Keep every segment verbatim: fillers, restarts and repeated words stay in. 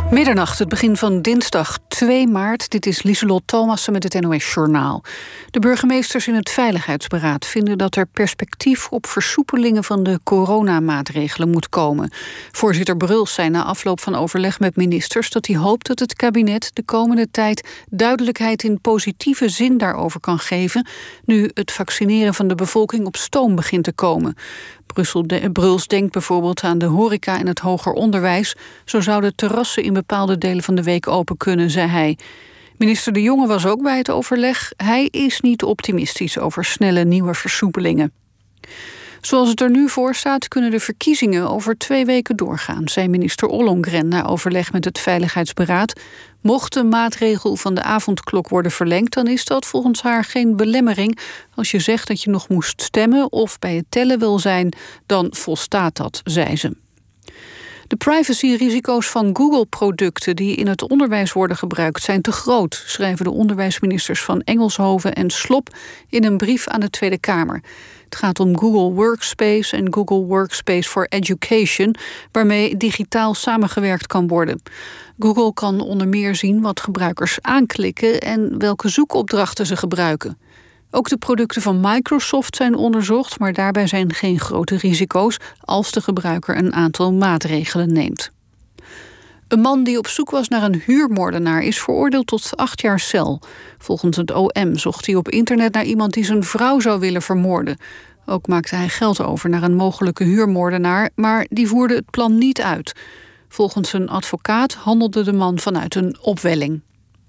Middernacht, het begin van dinsdag twee maart. Dit is Lieselot Thomassen met het N O S-journaal. De burgemeesters in het Veiligheidsberaad vinden dat er perspectief op versoepelingen van de coronamaatregelen moet komen. Voorzitter Bruls zei na afloop van overleg met ministers dat hij hoopt dat het kabinet de komende tijd duidelijkheid in positieve zin daarover kan geven, nu het vaccineren van de bevolking op stoom begint te komen. Brussel de, Bruls denkt bijvoorbeeld aan de horeca en het hoger onderwijs. Zo zouden terrassen in bepaalde delen van de week open kunnen, zei hij. Minister De Jonge was ook bij het overleg. Hij is niet optimistisch over snelle nieuwe versoepelingen. Zoals het er nu voor staat, kunnen de verkiezingen over twee weken doorgaan, zei minister Ollongren na overleg met het Veiligheidsberaad. Mocht de maatregel van de avondklok worden verlengd, dan is dat volgens haar geen belemmering. Als je zegt dat je nog moest stemmen of bij het tellen wil zijn, dan volstaat dat, zei ze. De privacyrisico's van Google-producten die in het onderwijs worden gebruikt zijn te groot, schrijven de onderwijsministers van Engelshoven en Slop in een brief aan de Tweede Kamer. Het gaat om Google Workspace en Google Workspace for Education, waarmee digitaal samengewerkt kan worden. Google kan onder meer zien wat gebruikers aanklikken en welke zoekopdrachten ze gebruiken. Ook de producten van Microsoft zijn onderzocht, maar daarbij zijn geen grote risico's als de gebruiker een aantal maatregelen neemt. Een man die op zoek was naar een huurmoordenaar is veroordeeld tot acht jaar cel. Volgens het O M zocht hij op internet naar iemand die zijn vrouw zou willen vermoorden. Ook maakte hij geld over naar een mogelijke huurmoordenaar, maar die voerde het plan niet uit. Volgens zijn advocaat handelde de man vanuit een opwelling.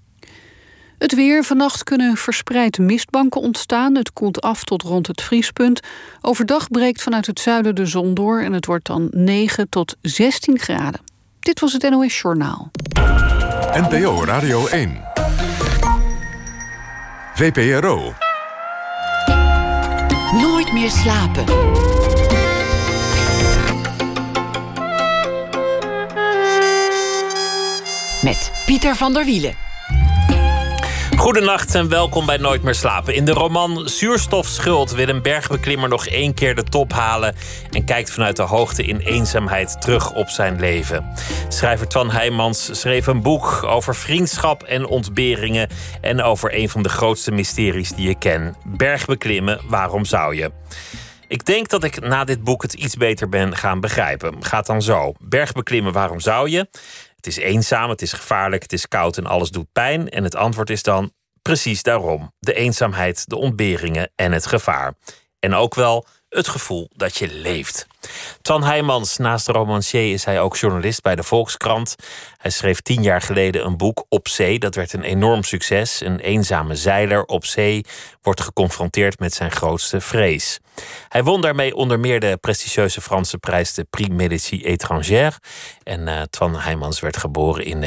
Het weer. Vannacht kunnen verspreid mistbanken ontstaan. Het koelt af tot rond het vriespunt. Overdag breekt vanuit het zuiden de zon door en het wordt dan negen tot zestien graden. Dit was het N O S-journaal. N P O Radio één. V P R O. Nooit meer slapen. Met Pieter van der Wielen. Goedenacht en welkom bij Nooit meer slapen. In de roman Zuurstofschuld wil een bergbeklimmer nog één keer de top halen en kijkt vanuit de hoogte in eenzaamheid terug op zijn leven. Schrijver Twan Heijmans schreef een boek over vriendschap en ontberingen en over een van de grootste mysteries die je ken. Bergbeklimmen, waarom zou je? Ik denk dat ik na dit boek het iets beter ben gaan begrijpen. Gaat dan zo. Bergbeklimmen, waarom zou je? Het is eenzaam, het is gevaarlijk, het is koud en alles doet pijn. En het antwoord is dan precies daarom. De eenzaamheid, de ontberingen en het gevaar. En ook wel het gevoel dat je leeft. Twan Heijmans, naast de romancier is hij ook journalist bij de Volkskrant. Hij schreef tien jaar geleden een boek Op Zee. Dat werd een enorm succes. Een eenzame zeiler op zee wordt geconfronteerd met zijn grootste vrees. Hij won daarmee onder meer de prestigieuze Franse prijs de Prix Médicis Étrangère. En uh, Twan Heijmans werd geboren in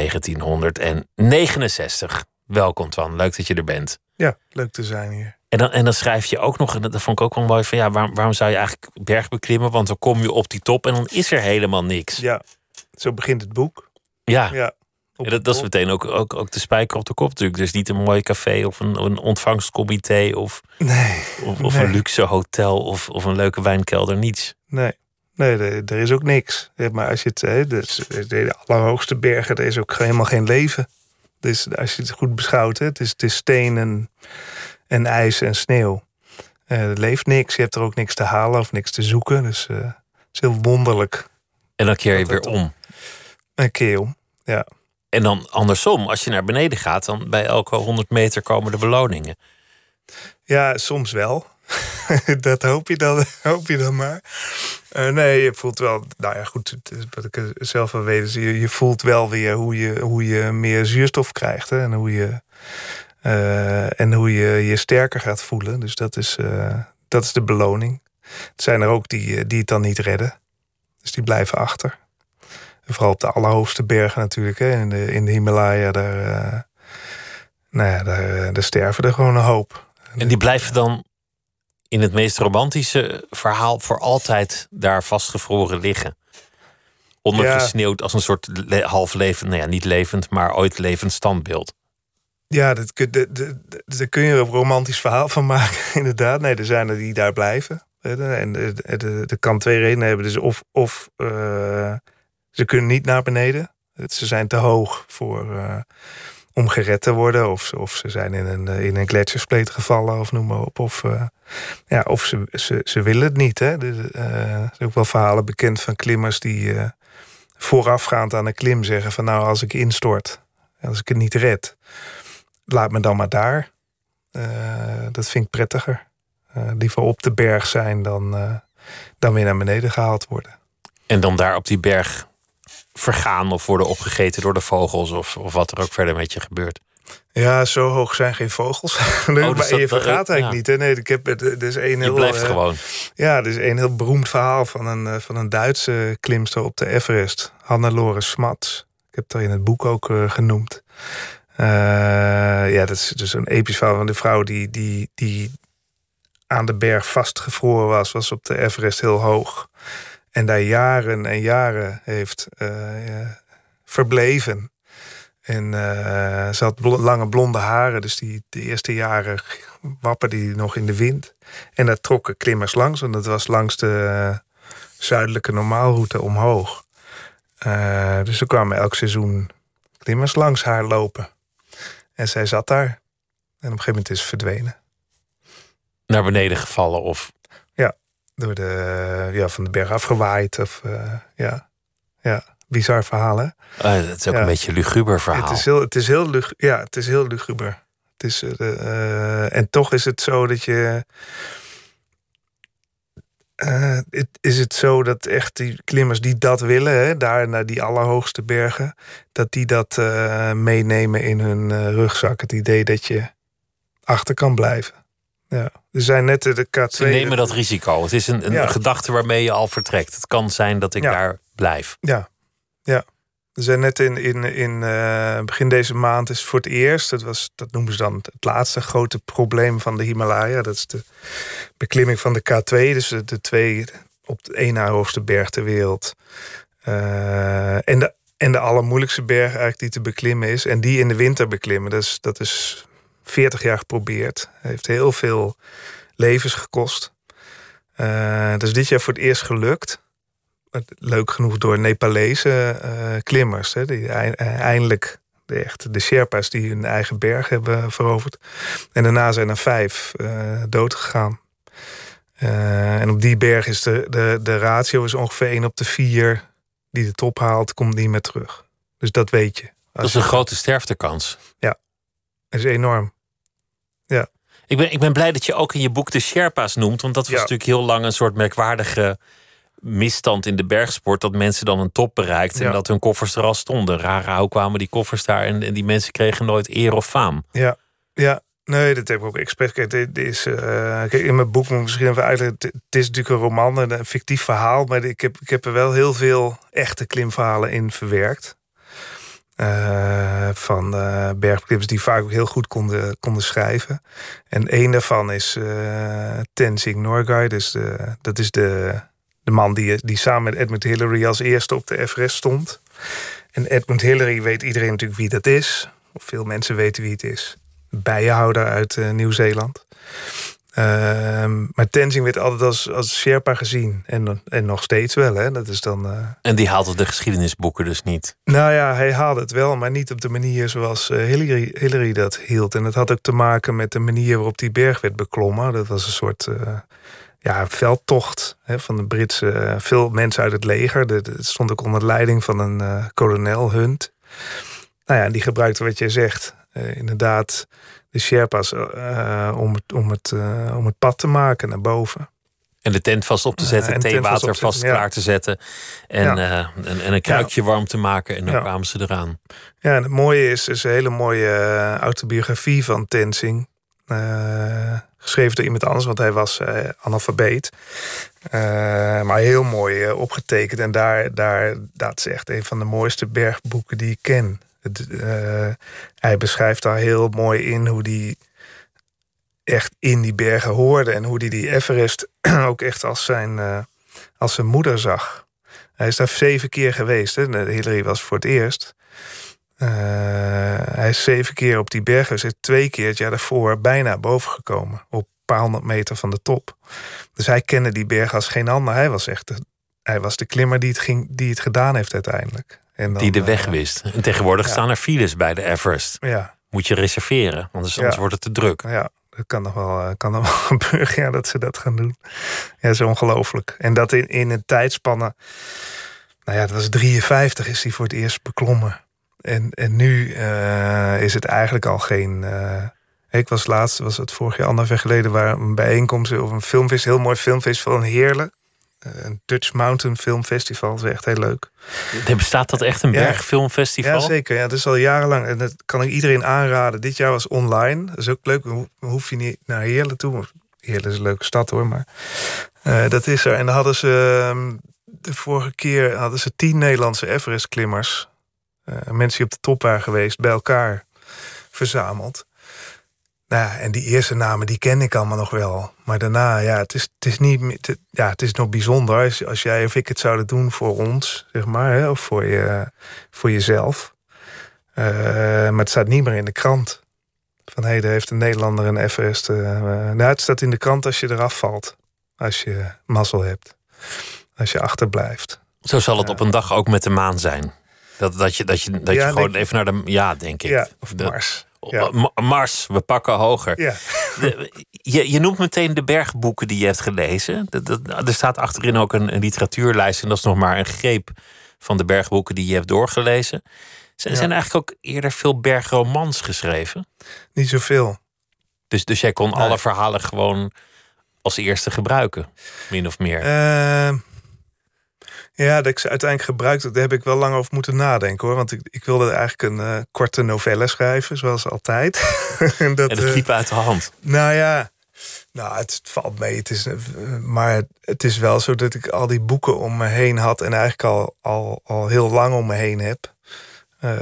negentienhonderdnegenenzestig. Welkom Twan, leuk dat je er bent. Ja, leuk te zijn hier. En dan, en dan schrijf je ook nog, en dat vond ik ook wel mooi, van ja, waarom, waarom zou je eigenlijk berg beklimmen? Want dan kom je op die top en dan is er helemaal niks. Ja, zo begint het boek. Ja, ja en dat, dat is meteen ook, ook, ook de spijker op de kop natuurlijk. Dus niet een mooi café of een, een ontvangstcomité of, nee, of, of nee. een luxe hotel of, of een leuke wijnkelder, niets. Nee, nee er, er is ook niks. Maar als je het, hè, dus de allerhoogste bergen, er is ook helemaal geen leven. Dus als je het goed beschouwt, hè, het, is, het is steen en, en ijs en sneeuw. Uh, er leeft niks, je hebt er ook niks te halen of niks te zoeken. Dus uh, het is heel wonderlijk. En dan keer je weer om. Een keer om, ja. En dan andersom, als je naar beneden gaat, dan bij elke honderd meter komen de beloningen. Ja, soms wel. Dat hoop je dan, hoop je dan maar. Uh, nee, je voelt wel, nou ja, goed, wat ik zelf wel weet is, je, je voelt wel weer hoe je, hoe je meer zuurstof krijgt. Hè, en hoe je, uh, en hoe je je sterker gaat voelen. Dus dat is, uh, dat is de beloning. Er zijn er ook die, die het dan niet redden. Dus die blijven achter. En vooral op de allerhoogste bergen natuurlijk. Hè, in de, in de Himalaya, daar, uh, nou ja, daar, daar sterven er gewoon een hoop. En die blijven dan in het meest romantische verhaal voor altijd daar vastgevroren liggen. Ondergesneeuwd ja. Als een soort le- half levend, nou ja, niet levend, maar ooit levend standbeeld. Ja, dat, daar kun je een romantisch verhaal van maken, inderdaad. Nee, er zijn er die daar blijven. En dat kan twee redenen hebben. Dus of, of uh, ze kunnen niet naar beneden. Ze zijn te hoog voor, uh, om gered te worden. Of, of ze zijn in een, in een gletsjerspleet gevallen, of noem maar op. Of, uh, ja, of ze, ze, ze willen het niet. Hè. Dus, uh, er zijn ook wel verhalen bekend van klimmers die uh, voorafgaand aan een klim zeggen van nou, als ik instort, als ik het niet red, laat me dan maar daar. Uh, dat vind ik prettiger. Uh, liever op de berg zijn dan, uh, dan weer naar beneden gehaald worden. En dan daar op die berg vergaan of worden opgegeten door de vogels of, of wat er ook verder met je gebeurt. Ja, zo hoog zijn geen vogels. Oh, dus maar dat, je vergaat eigenlijk ja. niet. Hè? Nee, ik heb, er is een je heel, blijft uh, gewoon. Ja, er is een heel beroemd verhaal van een, uh, van een Duitse klimster op de Everest. Hannelore Smuts. Ik heb dat in het boek ook uh, genoemd. Uh, ja, dat is dus een episch verhaal van de vrouw die, die, die aan de berg vastgevroren was. Was op de Everest heel hoog. En daar jaren en jaren heeft uh, uh, verbleven. En uh, ze had bl- lange blonde haren, dus die, de eerste jaren wapperde die nog in de wind. En daar trokken klimmers langs, en dat was langs de uh, zuidelijke normaalroute omhoog. Uh, dus er kwamen elk seizoen klimmers langs haar lopen. En zij zat daar. En op een gegeven moment is ze verdwenen. Naar beneden gevallen of... Ja, door de, ja, van de berg afgewaaid. Of, uh, ja, ja, bizar verhaal, hè? Uh, het is ook ja. een beetje een luguber verhaal. Het is heel, het is heel, lug, ja, het is heel luguber. Het is, uh, uh, en toch is het zo dat je... Uh, het, is het zo dat echt die klimmers die dat willen, hè, daar naar die allerhoogste bergen, dat die dat uh, meenemen in hun uh, rugzak. Het idee dat je achter kan blijven. Ja. Er zijn net de K twee... Ze nemen dat risico. Het is een, een ja. gedachte waarmee je al vertrekt. Het kan zijn dat ik ja. daar blijf. Ja, ja. We zijn net in, in, in uh, begin deze maand is voor het eerst, dat, was, dat noemen ze dan het laatste grote probleem van de Himalaya. Dat is de beklimming van de K twee, dus de, de twee op de één na hoogste berg ter wereld. Uh, en, de, en de allermoeilijkste berg eigenlijk die te beklimmen is. En die in de winter beklimmen. Dat is, dat is veertig jaar geprobeerd. Heeft heel veel levens gekost. Uh, dat is dit jaar voor het eerst gelukt. Leuk genoeg door Nepalese uh, klimmers. Hè, die eindelijk de, echt, de Sherpa's die hun eigen berg hebben veroverd. En daarna zijn er vijf uh, dood gegaan. Uh, en op die berg is de, de, de ratio is ongeveer één op de vier die de top haalt, komt niet meer terug. Dus dat weet je. Dat is een grote sterftekans. Ja, dat is enorm. Ja. Ik ben, ik ben blij dat je ook in je boek de Sherpa's noemt. Want dat was ja. natuurlijk heel lang een soort merkwaardige misstand in de bergsport. Dat mensen dan een top bereikten ja. en dat hun koffers er al stonden. Rare, hoe kwamen die koffers daar en, en die mensen kregen nooit eer of faam. Ja, ja. Nee, dat heb ik ook expres. Kijk, dit is, uh, kijk, in mijn boek moet ik misschien even uitleggen. Het is natuurlijk een roman, een fictief verhaal. Maar ik heb, ik heb er wel heel veel echte klimverhalen in verwerkt. Uh, van uh, bergbeklimmers die vaak ook heel goed konden, konden schrijven. En één daarvan is uh, Tenzing Norgay. Dus de, dat is de, de man die, die samen met Edmund Hillary als eerste op de Everest stond. En Edmund Hillary weet iedereen natuurlijk wie dat is. Of veel mensen weten wie het is. Bijenhouder uit uh, Nieuw-Zeeland. Uh, maar Tenzing werd altijd als, als Sherpa gezien. En, en nog steeds wel. Hè? Dat is dan, uh... En die haalde de geschiedenisboeken dus niet? Nou ja, hij haalde het wel, maar niet op de manier zoals uh, Hillary, Hillary dat hield. En dat had ook te maken met de manier waarop die berg werd beklommen. Dat was een soort uh, ja, veldtocht hè, van de Britse... Uh, veel mensen uit het leger. Het stond ook onder leiding van een uh, kolonel, Hunt. Nou ja, die gebruikte wat jij zegt. Uh, inderdaad... de Sherpa's uh, om, het, om, het, uh, om het pad te maken naar boven. En de tent vast op te zetten, uh, theewater vast, vast ja. klaar te zetten. En, ja. uh, en, en een kruikje ja. warm te maken. En dan ja. kwamen ze eraan. Ja, en het mooie is, is een hele mooie uh, autobiografie van Tenzing. Uh, geschreven door iemand anders, want hij was uh, analfabeet. Uh, maar heel mooi uh, opgetekend. En daar, daar, dat is echt een van de mooiste bergboeken die ik ken. Het, uh, hij beschrijft daar heel mooi in hoe hij echt in die bergen hoorde. En hoe hij die Everest ook echt als zijn, uh, als zijn moeder zag. Hij is daar zeven keer geweest. Hè? Hillary was voor het eerst. Uh, hij is zeven keer op die bergen. Hij is twee keer het jaar daarvoor bijna boven gekomen. Op een paar honderd meter van de top. Dus hij kende die bergen als geen ander. Hij was echt de, hij was de klimmer die het, ging, die het gedaan heeft uiteindelijk. En dan, die de weg uh, wist. En tegenwoordig ja. staan er files bij de Everest. Ja. Moet je reserveren, anders, anders Ja. wordt het te druk. Ja, dat kan nog wel, uh, kan nog wel gebeuren ja, dat ze dat gaan doen. Ja, dat is ongelooflijk. En dat in, in een tijdspanne... Nou ja, het was drieënvijftig is hij voor het eerst beklommen. En, en nu uh, is het eigenlijk al geen... Uh, ik was laatst, was het vorig jaar anderhalf jaar geleden... waar een bijeenkomst of een filmfestival, heel mooi filmfestival in Heerlen. Uh, een Dutch Mountain Filmfestival, dat is echt heel leuk. Bestaat dat echt een Ja. bergfilmfestival? Ja, zeker. Ja, dat is al jarenlang. En dat kan ik iedereen aanraden. Dit jaar was online. Dat is ook leuk. Dan hoef je niet naar Heerlen toe. Heerlen is een leuke stad hoor, maar uh, dat is er. En dan hadden ze... Uh, de vorige keer hadden ze tien Nederlandse Everest-klimmers... Uh, mensen die op de top waren geweest, bij elkaar verzameld. Nou ja, en die eerste namen, die ken ik allemaal nog wel. Maar daarna, ja, het is, het is niet meer... Het, ja, het is nog bijzonder als, als jij of ik het zouden doen voor ons, zeg maar. Hè, of voor, je, voor jezelf. Uh, maar het staat niet meer in de krant. Van, hé, hey, daar heeft een Nederlander een Everest... Uh, uh, nou, het staat in de krant als je eraf valt. Als je mazzel hebt. Als je achterblijft. Zo zal het Ja. op een dag ook met de maan zijn. Dat, dat je, dat je, dat Ja, je gewoon denk- even naar de... Ja, denk ik. Ja, of De- Mars. Ja. Ma- Mars, we pakken hoger. Ja. De- je, je noemt meteen de bergboeken die je hebt gelezen. Dat, dat, er staat achterin ook een, een literatuurlijst... en dat is nog maar een greep van de bergboeken die je hebt doorgelezen. Zijn, Ja. zijn er eigenlijk ook eerder veel bergromans geschreven? Niet zoveel. Dus, dus jij kon Nee. alle verhalen gewoon als eerste gebruiken, min of meer. Uh, ja, dat ik ze uiteindelijk gebruikt, daar heb ik wel lang over moeten nadenken hoor. Want ik, ik wilde eigenlijk een uh, korte novelle schrijven, zoals altijd. en dat, en dat uh, liep uit de hand. Nou ja, nou, het valt mee. Het is, uh, maar het is wel zo dat ik al die boeken om me heen had... en eigenlijk al, al, al heel lang om me heen heb. Uh,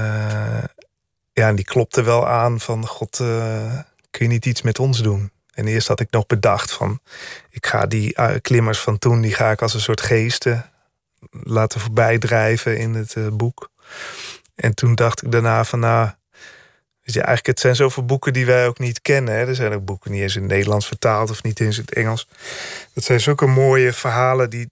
ja, en die klopte wel aan van... God, uh, kun je niet iets met ons doen? En eerst had ik nog bedacht van... ik ga die uh, klimmers van toen... die ga ik als een soort geesten laten voorbij drijven in het uh, boek. En toen dacht ik daarna van... nou, weet je, eigenlijk het zijn zoveel boeken die wij ook niet kennen. Hè. Er zijn ook boeken niet eens in het Nederlands vertaald... of niet eens in het Engels. Dat zijn zulke mooie verhalen... die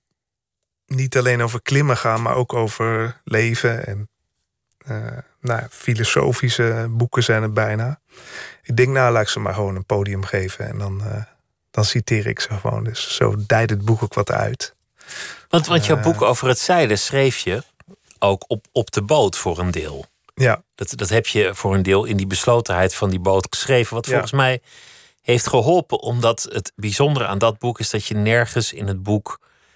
niet alleen over klimmen gaan... maar ook over leven. En uh, nou, filosofische boeken zijn er bijna... Ik denk, nou, laat ik ze maar gewoon een podium geven. En dan, uh, dan citeer ik ze gewoon. Dus zo dijt het boek ook wat uit. Want, want jouw Uh, boek over het zeilen schreef je ook op, op de boot voor een deel. Ja, Dat, dat heb je voor een deel in die beslotenheid van die boot geschreven. Wat Ja. volgens mij heeft geholpen. Omdat het bijzondere aan dat boek is dat je nergens in het boek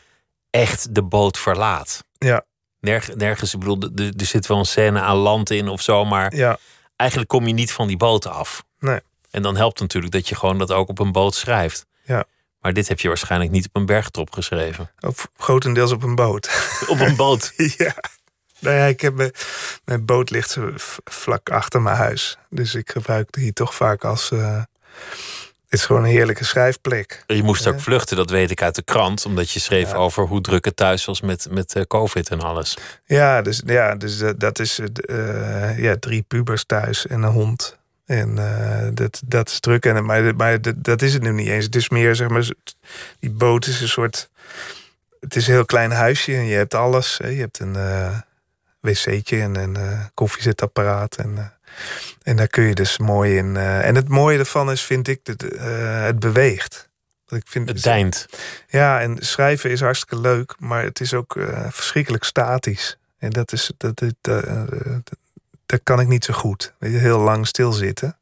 echt de boot verlaat. ja, Nerg, nergens, ik bedoel, er, er zit wel een scène aan land in of zo. Maar ja. eigenlijk kom je niet van die boot af. Nee. En dan helpt natuurlijk dat je gewoon dat ook op een boot schrijft. Ja. Maar dit heb je waarschijnlijk niet op een bergtop geschreven. Op, grotendeels op een boot. Op een boot. ja. Nou ja, ik heb mijn, mijn boot ligt zo v- vlak achter mijn huis. Dus ik gebruik die toch vaak als... Uh, het is gewoon een heerlijke schrijfplek. Je moest ook Ja. vluchten, dat weet ik uit de krant. Omdat je schreef Ja. over hoe druk het thuis was met, met uh, COVID en alles. Ja, dus, ja, dus dat, dat is uh, ja, drie pubers thuis en een hond. En uh, dat, dat is druk. En, maar maar dat, dat is het nu niet eens. Het is meer, zeg maar, die boot is een soort... Het is een heel klein huisje en je hebt alles. Hè. Je hebt een uh, wc'tje en een uh, koffiezetapparaat. En, uh, en daar kun je dus mooi in... Uh, en het mooie ervan is, vind ik, dat uh, het beweegt. Ik vind, Het deint. Ja, en schrijven is hartstikke leuk, maar het is ook uh, verschrikkelijk statisch. En dat is... Dat, dat, dat, uh, dat kan ik niet zo goed. Heel lang stilzitten.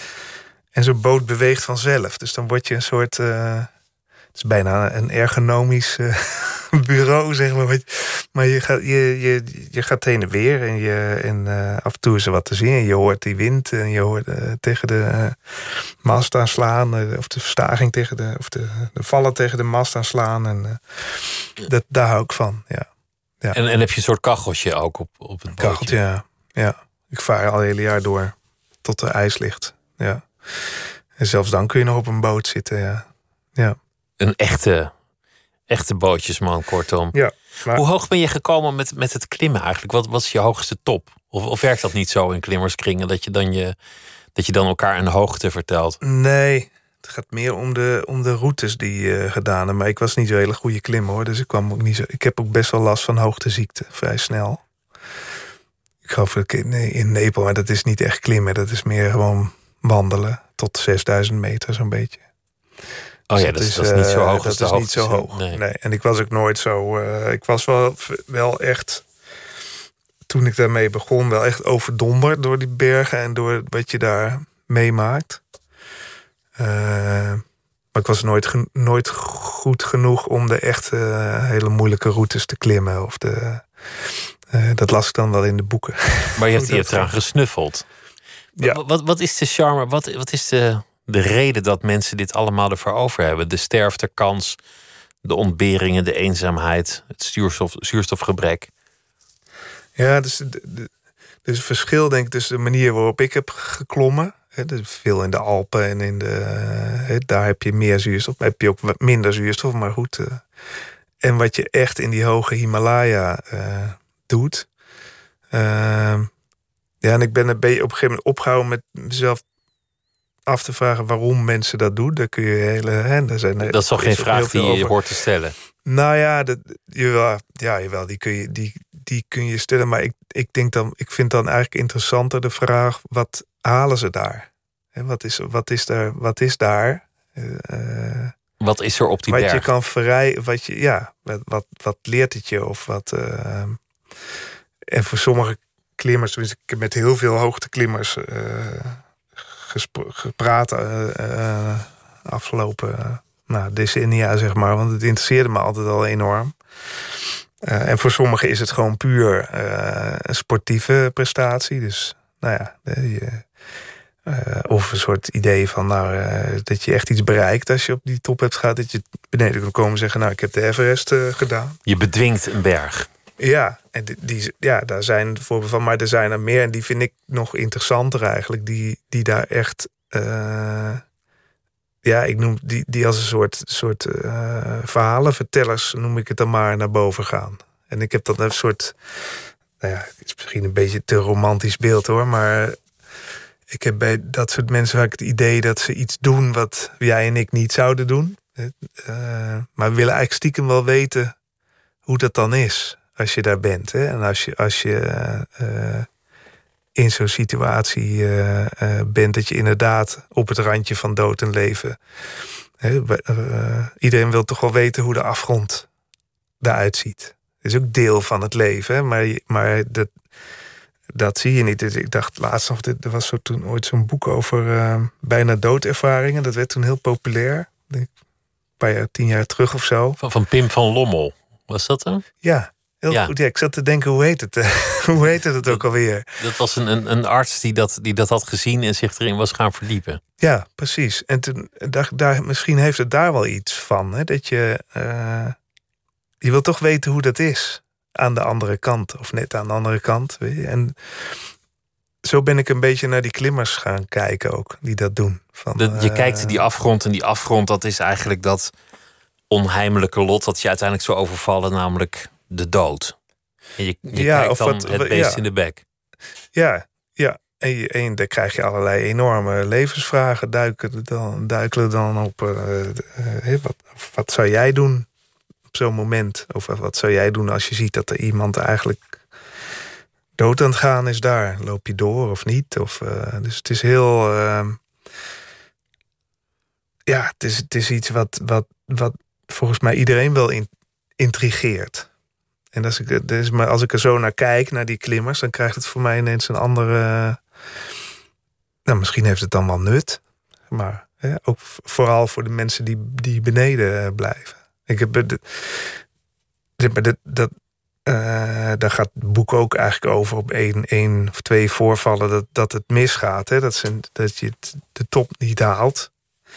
En zo'n boot beweegt vanzelf. Dus dan word je een soort... Uh, het is bijna een ergonomisch uh, bureau, zeg maar. Maar je gaat, je, je, je gaat heen en weer. En, je, en uh, af en toe is er wat te zien. En je hoort die wind. En je hoort uh, tegen de uh, mast aanslaan. Uh, of de verstaging tegen de... Of de, de vallen tegen de mast aanslaan. En uh, dat, daar hou ik van, ja. ja. En, en heb je een soort kacheltje ook op, op het bootje? Kacheltje, ja. Ja. Ik vaar al het hele jaar door. Tot er ijs ligt. Ja. En zelfs dan kun je nog op een boot zitten, ja. Ja. Een echte, echte bootjesman, kortom. Ja. Maar... Hoe hoog ben je gekomen met, met het klimmen eigenlijk? Wat, wat is je hoogste top? Of, of werkt dat niet zo in klimmerskringen? Dat je dan, je, dat je dan elkaar een hoogte vertelt? Nee, het gaat meer om de, om de routes die je uh, gedaan hebben. Maar ik was niet zo'n hele goede klimmer, hoor. Dus ik, kwam ook niet zo, ik heb ook best wel last van hoogteziekte, vrij snel. ik geloof in, in Nepal, maar dat is niet echt klimmen. Dat is meer gewoon wandelen tot zesduizend meter zo'n beetje. Oh ja, dus dat, is, dat is niet zo hoog. Dat is niet zo hoog. Nee. nee. En ik was ook nooit zo. Uh, ik was wel, wel echt. Toen ik daarmee begon, wel echt overdonderd door die bergen en door wat je daar meemaakt. Uh, maar ik was nooit, ge- nooit goed genoeg om de echt uh, hele moeilijke routes te klimmen. Of de, uh, dat las ik dan wel in de boeken. Maar je hebt, je hebt eraan gesnuffeld. Ja. Wat, wat, wat is de charme? Wat, wat is de, de reden dat mensen dit allemaal ervoor over hebben? De sterftekans, de ontberingen, de eenzaamheid, het zuurstof, zuurstofgebrek. Ja, dus er is een verschil denk ik tussen de manier waarop ik heb geklommen. He, dus veel in de Alpen en in de, he, daar heb je meer zuurstof, heb je ook wat minder zuurstof, maar goed. Uh, en wat je echt in die hoge Himalaya uh, doet. Uh, ja, en ik ben een beetje op een gegeven moment opgehouden met mezelf af te vragen waarom mensen dat doen. Daar kun je hele. Hè, daar zijn, dat is toch geen vraag die je over hoort te stellen? Nou ja, dat, jawel, ja, jawel, die kun je, die, die kun je stellen. Maar ik, ik denk dan, ik vind dan eigenlijk interessanter de vraag: wat halen ze daar? He, wat is, wat is daar? Wat is daar? Uh, wat is er op die wat berg? Je kan verrijden, wat je, ja, wat, wat, wat leert het je? Of wat? Uh, en voor sommige klimmers, dus ik heb met heel veel hoogteklimmers uh, gespro- gepraat uh, uh, afgelopen. Uh, Nou, decennia, zeg maar, want het interesseerde me altijd al enorm. Uh, en voor sommigen is het gewoon puur uh, een sportieve prestatie. Dus, nou ja, je, uh, of een soort idee van, nou, uh, dat je echt iets bereikt als je op die top hebt gehad. Dat je beneden kan komen en zeggen, nou, ik heb de Everest uh, gedaan. Je bedwingt een berg. Ja, en die, die, ja, daar zijn voorbeelden van, maar er zijn er meer. En die vind ik nog interessanter eigenlijk, die, die daar echt... Uh, Ja, ik noem die, die als een soort, soort uh, verhalenvertellers, noem ik het dan maar, naar boven gaan. En ik heb dan een soort, nou ja, het is misschien een beetje te romantisch beeld hoor, maar ik heb bij dat soort mensen vaak het idee dat ze iets doen wat jij en ik niet zouden doen. Uh, maar we willen eigenlijk stiekem wel weten hoe dat dan is als je daar bent. Hè? En als je, als je uh, in zo'n situatie uh, uh, bent dat je inderdaad op het randje van dood en leven. He, uh, iedereen wil toch wel weten hoe de afgrond eruit ziet. Dat is ook deel van het leven, hè? maar, maar dat, dat zie je niet. Ik dacht laatst nog, er was zo toen ooit zo'n boek over uh, bijna doodervaringen. Dat werd toen heel populair. Denk, een paar jaar, tien jaar terug of zo. Van, van Pim van Lommel, was dat dan? Ja. Heel ja. goed. Ja, ik zat te denken, hoe heet het? hoe heette het ook alweer? Dat was een, een, een arts die dat, die dat had gezien en zich erin was gaan verdiepen. Ja, precies. En toen dacht ik, daar, misschien heeft het daar wel iets van. Hè? Dat je, uh, je wil toch weten hoe dat is. Aan de andere kant. Of net aan de andere kant. Weet je? En zo ben ik een beetje naar die klimmers gaan kijken ook. Die dat doen. Van, de, je uh, kijkt die afgrond en die afgrond, dat is eigenlijk dat onheimelijke lot dat je uiteindelijk zou overvallen, namelijk de dood. En je, je ja, kijkt dan wat, het beest ja. in de bek. Ja, ja. En, je, en daar krijg je allerlei enorme levensvragen duiken dan, duikelen dan op. Uh, uh, wat, wat zou jij doen op zo'n moment? Of wat zou jij doen als je ziet dat er iemand eigenlijk dood aan het gaan is daar? Loop je door of niet? Of, uh, dus het is heel... Uh, ja, het is, het is iets wat, wat, wat volgens mij iedereen wel in, intrigeert. En als ik, dus, maar als ik er zo naar kijk, naar die klimmers, dan krijgt het voor mij ineens een andere... Nou, misschien heeft het dan wel nut. Maar hè, ook vooral voor de mensen die, die beneden blijven. Ik heb de, de, de, dat, uh, daar gaat het boek ook eigenlijk over op één, één of twee voorvallen dat, dat het misgaat. Hè? Dat, zijn, dat je de top niet haalt.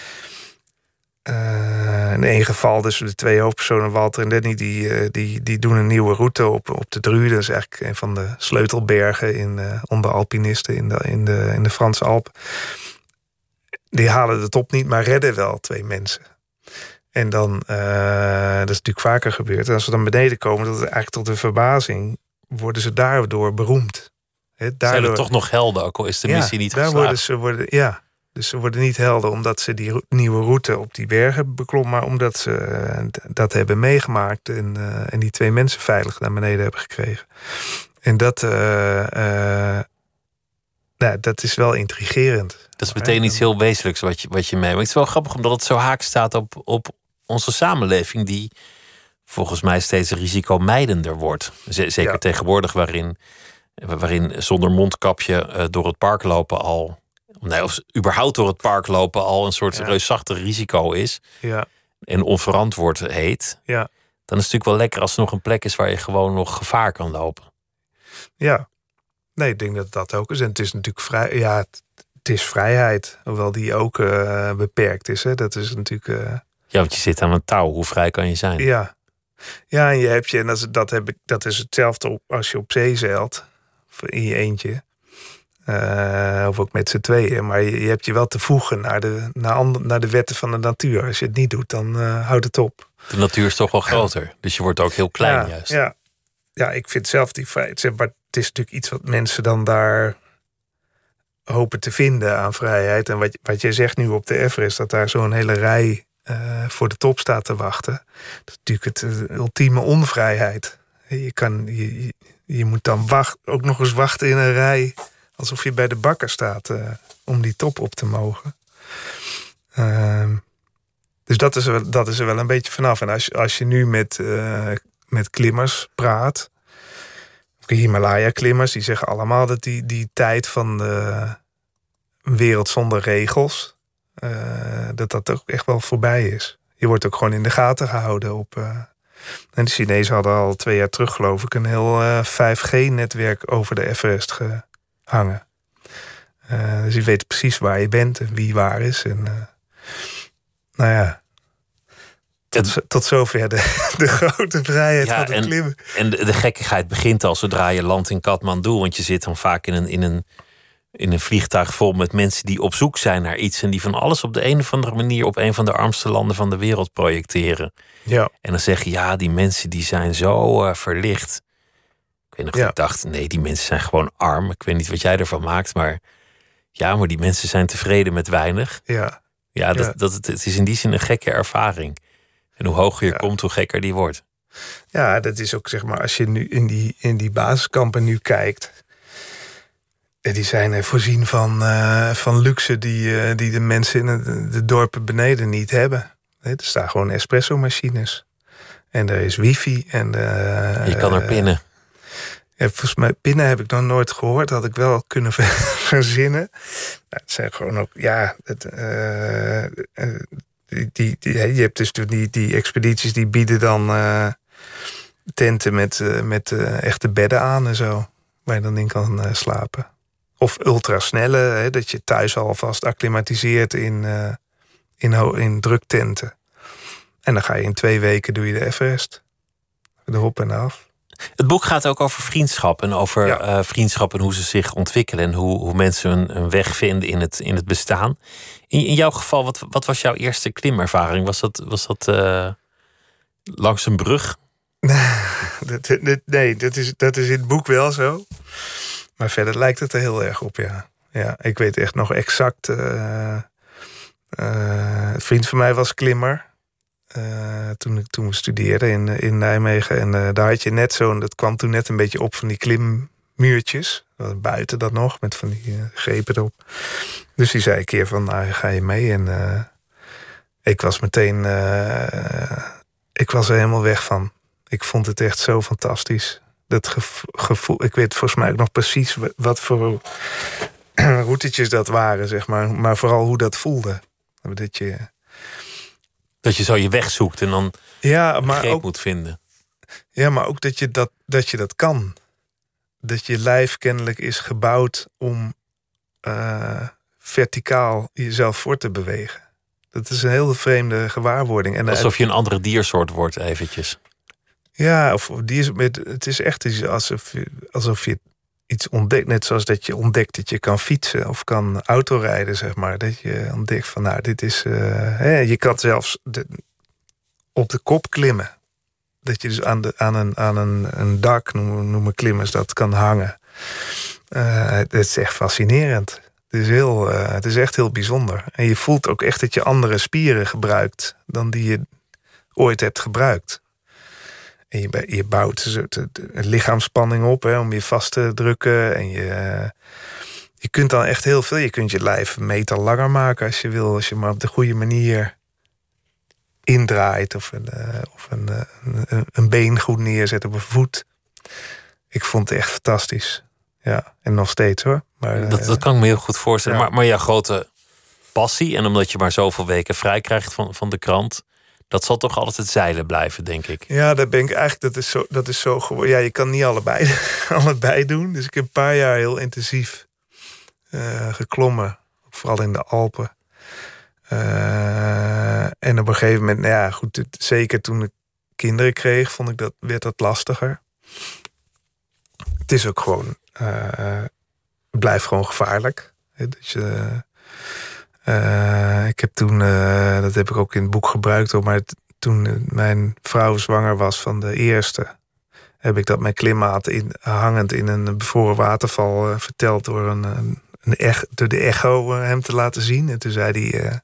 Uh, in één geval, dus de twee hoofdpersonen, Walter en Danny, die, uh, die, die doen een nieuwe route op, op de Drude. Dat is eigenlijk een van de sleutelbergen in, uh, onder alpinisten in de, in, de, in de Franse Alpen. Die halen de top niet, maar redden wel twee mensen. En dan, uh, dat is natuurlijk vaker gebeurd. En als ze dan beneden komen, dat is eigenlijk tot de verbazing, worden ze daardoor beroemd. He, daardoor... Zijn er toch nog helden, ook al is de ja, missie niet daar geslaagd? Worden ze, worden, ja. Dus ze worden niet helder omdat ze die nieuwe route op die bergen beklommen, maar omdat ze uh, dat hebben meegemaakt en, uh, en die twee mensen veilig naar beneden hebben gekregen. En dat, uh, uh, nou, dat is wel intrigerend. Dat is meteen iets heel wezenlijks wat je, wat je meemaakt. Het is wel grappig omdat het zo haak staat op, op onze samenleving, die volgens mij steeds risicomijdender wordt. Zeker ja. tegenwoordig, waarin, waarin zonder mondkapje uh, door het park lopen al, nee, of überhaupt door het park lopen al een soort ja. reusachtig risico is. Ja. En onverantwoord heet. Ja. Dan is het natuurlijk wel lekker als er nog een plek is waar je gewoon nog gevaar kan lopen. Ja. Nee, ik denk dat dat ook is. En het is natuurlijk vrij. Ja, het, het is vrijheid. Hoewel die ook uh, beperkt is. Hè. Dat is natuurlijk. Uh... Ja, want je zit aan een touw. Hoe vrij kan je zijn? Ja. Ja, en je hebt je. En dat, dat, heb ik, dat is hetzelfde als je op zee zeilt. In je eentje. Uh, of ook met z'n tweeën. Maar je, je hebt je wel te voegen naar de, naar, andre, naar de wetten van de natuur. Als je het niet doet, dan uh, houdt het op. De natuur is toch wel groter. Ja. Dus je wordt ook heel klein ja, juist. Ja. ja, ik vind zelf die vrijheid. Maar het is natuurlijk iets wat mensen dan daar hopen te vinden aan vrijheid. En wat, wat jij zegt nu op de Everest, dat daar zo'n hele rij uh, voor de top staat te wachten. Dat is natuurlijk het uh, ultieme onvrijheid. Je, kan, je, je, je moet dan wacht, ook nog eens wachten in een rij, alsof je bij de bakker staat uh, om die top op te mogen. Uh, dus dat is, er, dat is er wel een beetje vanaf. En als, als je nu met, uh, met klimmers praat, de Himalaya-klimmers, die zeggen allemaal dat die, die tijd van de wereld zonder regels, uh, dat dat ook echt wel voorbij is. Je wordt ook gewoon in de gaten gehouden op. Uh, en de Chinezen hadden al twee jaar terug, geloof ik, een heel uh, vijf G-netwerk over de Everest gehangen. Uh, dus je weet precies waar je bent en wie waar is. En, uh, nou ja. Tot, tot zover de, de grote vrijheid ja, van het en, klimmen. En de, de gekkigheid begint al zodra je landt in Kathmandu. Want je zit dan vaak in een, in, een, in een vliegtuig vol met mensen die op zoek zijn naar iets. En die van alles op de een of andere manier op een van de armste landen van de wereld projecteren. Ja. En dan zeg je, ja, die mensen die zijn zo uh, verlicht. Ik weet nog, ja. ik dacht, nee, die mensen zijn gewoon arm. Ik weet niet wat jij ervan maakt, maar ja, maar die mensen zijn tevreden met weinig. Ja. Ja, dat, ja. Dat, het, het is in die zin een gekke ervaring. En hoe hoger je ja. komt, hoe gekker die wordt. Ja, dat is ook, zeg maar, als je nu in die, in die basiskampen nu kijkt. Die zijn voorzien van, uh, van luxe die, uh, die de mensen in het, de dorpen beneden niet hebben. Er staan gewoon espresso-machines. En er is wifi. En uh, je kan er pinnen. Uh, ja, volgens mij, pinnen heb ik nog nooit gehoord. Dat had ik wel kunnen verzinnen. Nou, het zijn gewoon ook, ja... Het, uh, uh, Die, die, die, je hebt dus die, die expedities die bieden dan uh, tenten met, uh, met uh, echte bedden aan en zo. Waar je dan in kan uh, slapen. Of ultrasnelle, hè, dat je thuis alvast acclimatiseert in, uh, in, in druktenten. En dan ga je in twee weken doe je de Everest. Erop en af. Het boek gaat ook over vriendschap. En over ja. uh, vriendschap en hoe ze zich ontwikkelen. En hoe, hoe mensen een, een weg vinden in het, in het bestaan. In, in jouw geval, wat, wat was jouw eerste klimervaring? Was dat, was dat uh, langs een brug? dat, dat, nee, dat is, dat is in het boek wel zo. Maar verder lijkt het er heel erg op, ja. ja ik weet echt nog exact. Uh, uh, een vriend van mij was klimmer. Uh, toen, ik, toen we studeerden in, in Nijmegen. En uh, daar had je net zo'n... Dat kwam toen net een beetje op van die klimmuurtjes. Buiten dat nog, met van die uh, grepen erop. Dus die zei een keer van, nou, ga je mee? En uh, ik was meteen... Uh, ik was er helemaal weg van. Ik vond het echt zo fantastisch. Dat gevo- gevoel... Ik weet volgens mij ook nog precies wat voor routetjes dat waren, zeg maar. Maar vooral hoe dat voelde. Dat je... Dat je zo je weg zoekt en dan ja, maar een greep ook, moet vinden. Ja, maar ook dat je dat, dat je dat kan. Dat je lijf kennelijk is gebouwd om uh, verticaal jezelf voor te bewegen. Dat is een heel vreemde gewaarwording. En, alsof je een andere diersoort wordt eventjes. Ja, of dier, het is echt alsof je, alsof je iets ontdekt. Net zoals dat je ontdekt dat je kan fietsen of kan autorijden, zeg maar. Dat je ontdekt van, nou, dit is... Uh, hè, je kan zelfs de, op de kop klimmen. Dat je dus aan, de, aan, een, aan een, een dak, noemen, noemen klimmers, dat kan hangen. Uh, het is echt fascinerend. Het is, heel, uh, het is echt heel bijzonder. En je voelt ook echt dat je andere spieren gebruikt dan die je ooit hebt gebruikt. En je, je bouwt een soort lichaamsspanning op, hè, om je vast te drukken. En je, uh, je kunt dan echt heel veel. Je kunt je lijf een meter langer maken als je wil. Als je maar op de goede manier indraait. Of een, uh, of een, uh, een, een been goed neerzet op een voet. Ik vond het echt fantastisch. Ja, en nog steeds hoor. Maar, dat, dat kan ik me heel goed voorstellen. Ja. Maar, maar jouw grote passie, en omdat je maar zoveel weken vrij krijgt van, van de krant, dat zal toch altijd het zeilen blijven, denk ik. Ja, dat ben ik eigenlijk. Dat is zo, dat is zo geworden. Ja, je kan niet allebei, allebei doen. Dus ik heb een paar jaar heel intensief uh, geklommen. Vooral in de Alpen. Uh, en op een gegeven moment, nou ja, goed, het, zeker toen ik kinderen kreeg, vond ik dat, werd dat lastiger. Het is ook gewoon, uh, het blijft gewoon gevaarlijk. Dus, uh, uh, ik heb toen, uh, dat heb ik ook in het boek gebruikt, hoor, maar het, toen mijn vrouw zwanger was van de eerste, heb ik dat mijn klimmaat in, hangend in een bevroren waterval uh, verteld door, een, een, een ech, door de echo uh, hem te laten zien. En toen zei hij, uh,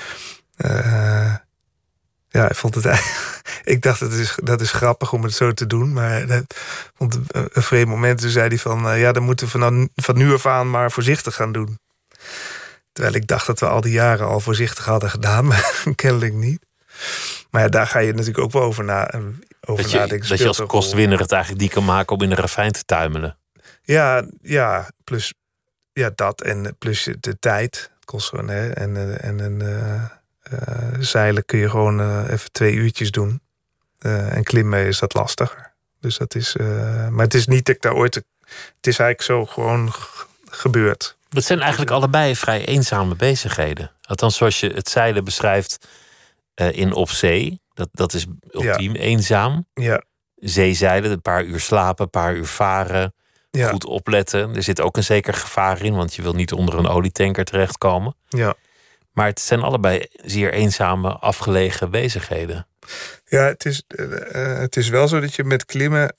uh, ja, hij vond het eigenlijk, ik dacht, dat is, dat is grappig om het zo te doen. Maar dat vond het een vreemd moment. Toen zei hij van, uh, ja, dan moeten we van, van nu af aan maar voorzichtig gaan doen. Terwijl ik dacht dat we al die jaren al voorzichtig hadden gedaan. Maar kennelijk niet. Maar ja, daar ga je natuurlijk ook wel over, na, over dat je, nadenken. Dat je als kostwinner het eigenlijk niet kan maken om in een ravijn te tuimelen. Ja, ja, plus ja, dat en plus de tijd. Het kost gewoon, hè. En, en een uh, uh, zeilen kun je gewoon uh, even twee uurtjes doen. Uh, en klimmen is dat lastiger. Dus dat is. Uh, maar het is niet dat ik daar ooit. Het is eigenlijk zo gewoon g- gebeurd. Dat zijn eigenlijk allebei vrij eenzame bezigheden. Althans, zoals je het zeilen beschrijft uh, in Op Zee. Dat, dat is ultiem ja. eenzaam. Ja. Zeezeilen, een paar uur slapen, een paar uur varen. Ja. Goed opletten. Er zit ook een zeker gevaar in, want je wil niet onder een olietanker terechtkomen. Ja. Maar het zijn allebei zeer eenzame, afgelegen bezigheden. Ja, het is, uh, het is wel zo dat je met klimmen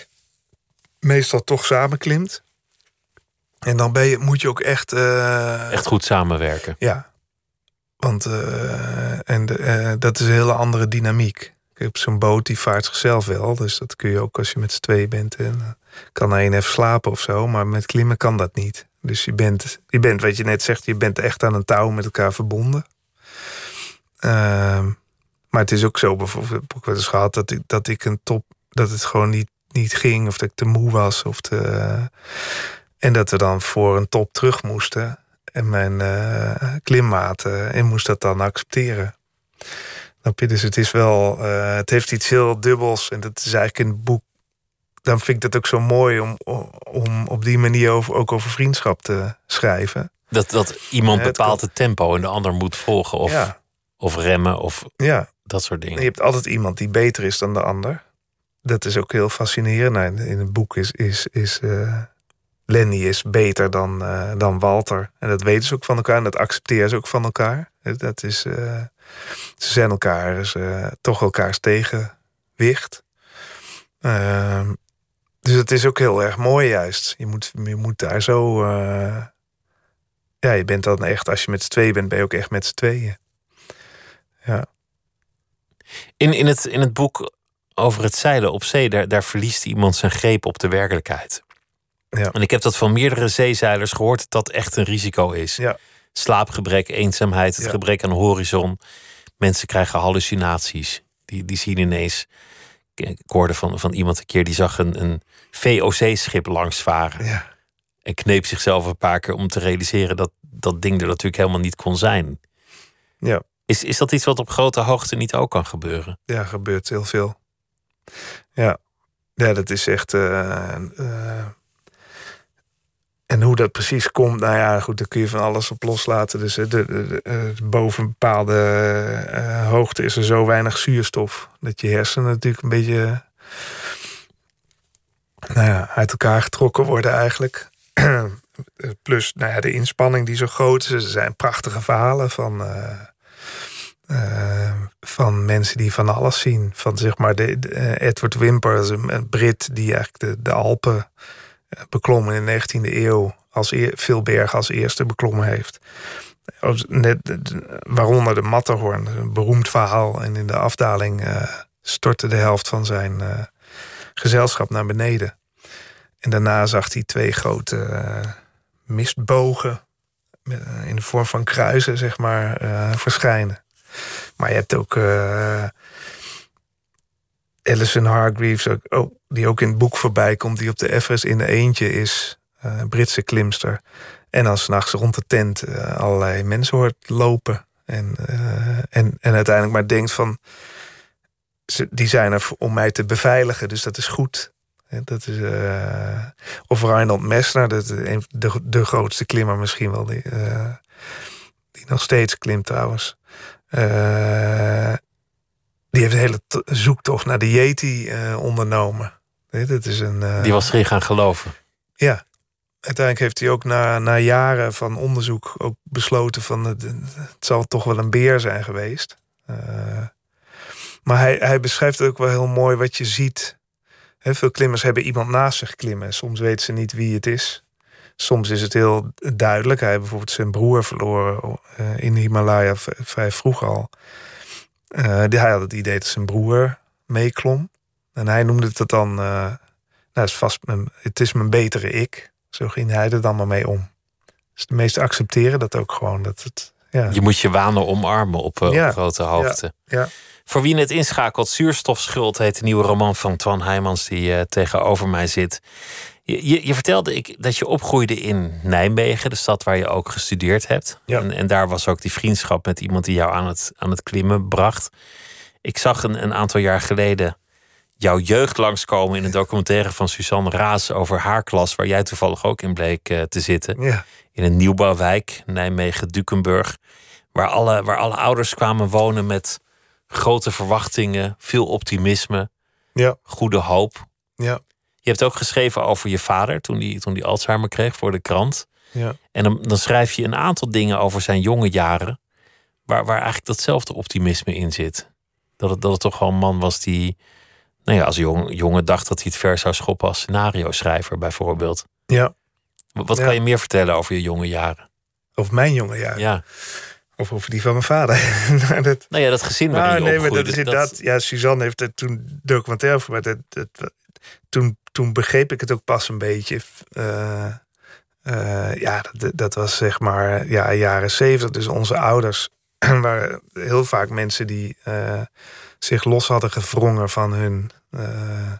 meestal toch samen klimt. En dan ben je, moet je ook echt... Uh, echt goed samenwerken. Ja. Want uh, en de, uh, dat is een hele andere dynamiek. Op zo'n boot die vaart zichzelf wel. Dus dat kun je ook als je met z'n tweeën bent. En uh, kan er een even slapen of zo. Maar met klimmen kan dat niet. Dus je bent, je bent, wat je net zegt, je bent echt aan een touw met elkaar verbonden. Uh, maar het is ook zo, bijvoorbeeld, ik heb ook wel eens gehad dat ik, dat ik een top, dat het gewoon niet, niet ging. Of dat ik te moe was. Of te, uh, en dat we dan voor een top terug moesten. En mijn uh, klimmaat uh, en moest dat dan accepteren. Dus het is wel, uh, het heeft iets heel dubbels. En dat is eigenlijk in het boek. Dan vind ik dat ook zo mooi om, om op die manier over, ook over vriendschap te schrijven. Dat, dat iemand bepaalt het tempo en de ander moet volgen of, ja. of remmen of ja. dat soort dingen. En je hebt altijd iemand die beter is dan de ander. Dat is ook heel fascinerend. Nou, in het boek is, is, is uh, Lenny is beter dan, uh, dan Walter. En dat weten ze ook van elkaar en dat accepteren ze ook van elkaar. Dat is, uh, ze zijn elkaar dus, uh, toch elkaars tegenwicht. Uh, dus het is ook heel erg mooi juist. Je moet, je moet daar zo... Uh, ja, je bent dan echt... Als je met z'n tweeën bent, ben je ook echt met z'n tweeën. Ja. In, in, het, in het boek over het zeilen op zee... daar, daar verliest iemand zijn greep op de werkelijkheid. Ja. En ik heb dat van meerdere zeezeilers gehoord... dat dat echt een risico is. Ja. Slaapgebrek, eenzaamheid, het ja. gebrek aan horizon. Mensen krijgen hallucinaties. Die, die zien ineens... Ik hoorde van, van iemand een keer die zag een, een V O C-schip langsvaren. Ja. En kneep zichzelf een paar keer om te realiseren dat dat ding er natuurlijk helemaal niet kon zijn. Ja. Is, is dat iets wat op grote hoogte niet ook kan gebeuren? Ja, gebeurt heel veel. Ja, ja dat is echt... Uh, uh, en hoe dat precies komt, nou ja, goed, daar kun je van alles op loslaten. Dus de, de, de, de, boven een bepaalde uh, hoogte is er zo weinig zuurstof... dat je hersenen natuurlijk een beetje... nou ja, uit elkaar getrokken worden eigenlijk. Plus nou ja, de inspanning die zo groot is. Er zijn prachtige verhalen van... Uh, uh, van mensen die van alles zien. Van zeg maar de, de, uh, Edward Whymper, een, een Brit... die eigenlijk de, de Alpen beklommen in de negentiende eeuw... als eer, veel bergen als eerste beklommen heeft. Net, waaronder de Matterhorn, een beroemd verhaal. En in de afdaling uh, stortte de helft van zijn uh, gezelschap naar beneden. En daarna zag hij twee grote uh, mistbogen met, uh, in de vorm van kruisen, zeg maar, uh, verschijnen. Maar je hebt ook uh, Alison Hargreaves, ook, oh, die ook in het boek voorbij komt, die op de Everest in de eentje is, uh, Britse klimster. En dan 's nachts rond de tent uh, allerlei mensen hoort lopen. En, uh, en, en uiteindelijk maar denkt van, ze, die zijn er om mij te beveiligen, dus dat is goed. Dat is, uh, of Reinhold Messner, dat een, de, de grootste klimmer misschien wel, die, uh, die nog steeds klimt trouwens. Uh, die heeft een hele t- zoektocht naar de Yeti uh, ondernomen. Nee, dat is een, uh, die was erin gaan geloven. Ja. Uiteindelijk heeft hij ook na, na jaren van onderzoek ook besloten van het, het zal toch wel een beer zijn geweest. Uh, maar hij, hij beschrijft ook wel heel mooi wat je ziet. He, veel klimmers hebben iemand naast zich klimmen. Soms weten ze niet wie het is. Soms is het heel duidelijk. Hij heeft bijvoorbeeld zijn broer verloren uh, in de Himalaya v- vrij vroeg al. Uh, die, hij had het idee dat zijn broer meeklom. En hij noemde het dan, uh, nou, het, is vast mijn, het is mijn betere ik. Zo ging hij er dan maar mee om. Dus de meesten accepteren dat ook gewoon. Dat het, ja. Je moet je wanen omarmen op, uh, ja. op grote hoogte. Ja. Ja. Voor wie net inschakelt, Zuurstofschuld heet de nieuwe roman van Twan Heijmans die uh, tegenover mij zit. Je, je, je vertelde ik dat je opgroeide in Nijmegen, de stad waar je ook gestudeerd hebt. Ja. En, en daar was ook die vriendschap met iemand die jou aan het, aan het klimmen bracht. Ik zag een, een aantal jaar geleden jouw jeugd langskomen in een documentaire van Suzanne Raas over haar klas, waar jij toevallig ook in bleek uh, te zitten. Ja. In een nieuwbouwwijk, Nijmegen-Dukenburg, waar alle, waar alle ouders kwamen wonen met grote verwachtingen, veel optimisme, Ja. goede hoop. Ja. Je hebt ook geschreven over je vader toen die, toen die Alzheimer kreeg voor de krant. Ja. En dan, dan schrijf je een aantal dingen over zijn jonge jaren, waar, waar eigenlijk datzelfde optimisme in zit. Dat het, dat het toch wel een man was die, nou ja, als jong, jongen dacht dat hij het ver zou schoppen als scenario-schrijver bijvoorbeeld. Ja. Wat Ja. kan je meer vertellen over je jonge jaren? Over mijn jonge jaren. Ja. Of over die van mijn vader. dat, Nou ja, dat gezin waarin nou, je nee, maar opgroeide. dat is inderdaad. Ja, Suzanne heeft het toen documentaire voor mij. Dat, dat, toen, toen begreep ik het ook pas een beetje. Uh, uh, ja, dat, dat was zeg maar ja, jaren zeventig. Dus onze ouders waren heel vaak mensen die uh, zich los hadden gewrongen van hun. Uh,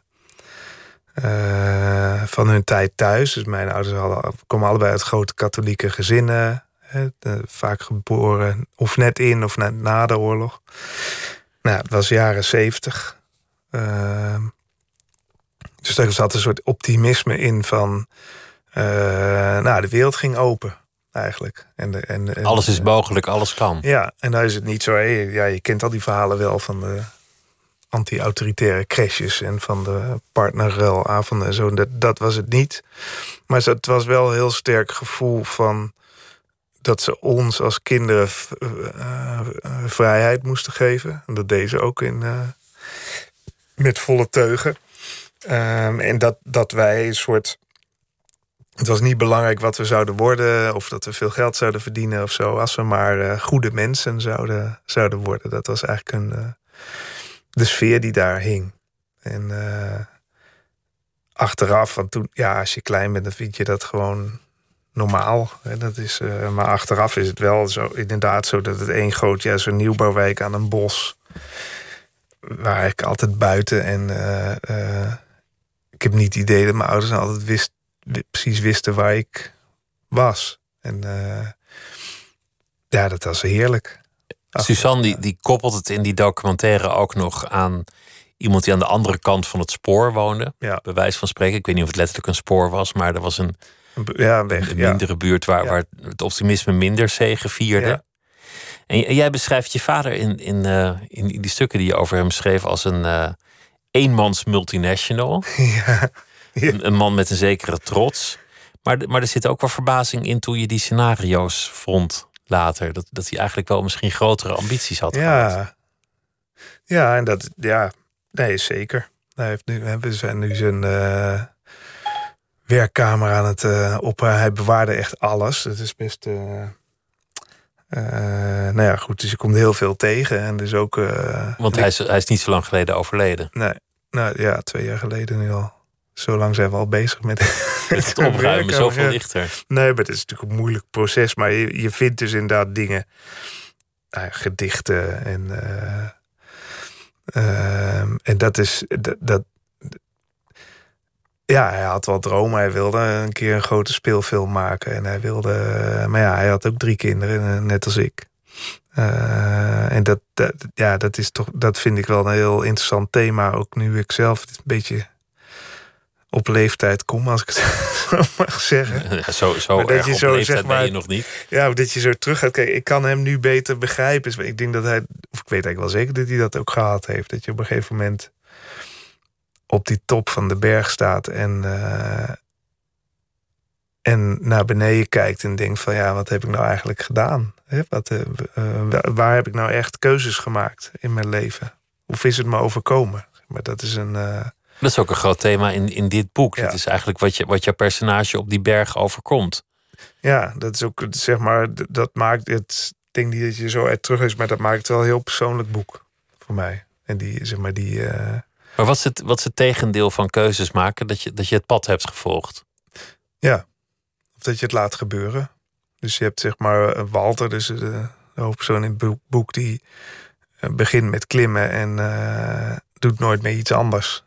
uh, van hun tijd thuis. Dus mijn ouders hadden, komen allebei uit grote katholieke gezinnen. He, de, vaak geboren of net in of net na de oorlog. Nou, het was jaren zeventig. Uh, dus er zat een soort optimisme in van, Uh, nou, de wereld ging open, eigenlijk. En de, en, en, alles is mogelijk, alles kan. Ja, en dan is het niet zo. Hey, ja, je kent al die verhalen wel van de anti-autoritaire crashes en van de partnerruilavonden en zo. Dat, dat was het niet. Maar het was wel een heel sterk gevoel van dat ze ons als kinderen uh, uh, vrijheid moesten geven. En dat deden ze ook in, uh, met volle teugen. Um, en dat, dat wij een soort. Het was niet belangrijk wat we zouden worden of dat we veel geld zouden verdienen of zo. Als we maar uh, goede mensen zouden, zouden worden. Dat was eigenlijk een, uh, de sfeer die daar hing. En uh, achteraf, want toen, ja, als je klein bent, dan vind je dat gewoon normaal. Hè? Dat is, uh, maar achteraf is het wel zo, inderdaad zo dat het één groot, ja, zo'n nieuwbouwwijk aan een bos. Waar ik altijd buiten en uh, uh, ik heb niet het idee dat mijn ouders altijd wist, precies wisten waar ik was. En uh, ja, dat was heerlijk. Suzanne die, die koppelt het in die documentaire ook nog aan iemand die aan de andere kant van het spoor woonde. Ja. Bij wijze van spreken. Ik weet niet of het letterlijk een spoor was, maar er was een, ja, een, weg, een ja. mindere buurt waar, ja. waar het optimisme minder zegevierde. Ja. En, en jij beschrijft je vader in, in, uh, in die stukken die je over hem schreef als een uh, eenmans multinational. Ja. Ja. Een, een man met een zekere trots. Maar, maar er zit ook wel verbazing in toen je die scenario's vond later. Dat, dat hij eigenlijk wel misschien grotere ambities had ja. gehad. Ja, en dat, ja, nee, zeker. Hij heeft nu, we zijn nu zijn uh, werkkamer aan het uh, op. Uh, hij bewaarde echt alles. Het is best. Uh, Uh, nou ja, goed, dus je komt heel veel tegen. En dus ook... Uh, Want hij is, hij is niet zo lang geleden overleden. Nee, nou ja, twee jaar geleden nu al. Zo lang zijn we al bezig met... met het opruimen, zoveel ja. lichter. Nee, maar het is natuurlijk een moeilijk proces. Maar je, je vindt dus inderdaad dingen... Nou, gedichten en... Uh, uh, en dat is... Dat, dat, ja, hij had wel dromen. Hij wilde een keer een grote speelfilm maken. En hij wilde... Maar ja, hij had ook drie kinderen, net als ik. Uh, en dat, dat, ja, dat, is toch, dat vind ik wel een heel interessant thema. Ook nu ik zelf een beetje op leeftijd kom, als ik het zo mag zeggen. Ja, zo zo erg je op zo, leeftijd zeg maar, ben je nog niet. Ja, dat je zo terug gaat kijken. Ik kan hem nu beter begrijpen. Dus ik denk dat hij... Of ik weet eigenlijk wel zeker dat hij dat ook gehad heeft. Dat je op een gegeven moment... op die top van de berg staat en, uh, en naar beneden kijkt en denkt van ja, wat heb ik nou eigenlijk gedaan? He, wat, uh, uh, waar heb ik nou echt keuzes gemaakt in mijn leven? Of is het me overkomen? Maar dat is een... Uh... Dat is ook een groot thema in, in dit boek. Ja. Dat is eigenlijk wat, je, wat jouw personage op die berg overkomt. Ja, dat is ook, zeg maar, dat maakt het... Ik denk niet dat je zo uit terug is, maar dat maakt het wel een heel persoonlijk boek voor mij. En die, zeg maar, die... Uh... Maar wat is, het, wat is het tegendeel van keuzes maken? Dat je, dat je het pad hebt gevolgd? Ja, of dat je het laat gebeuren. Dus je hebt zeg maar Walter, dus de, de hoofdpersoon in het boek, boek die begint met klimmen en uh, doet nooit meer iets anders.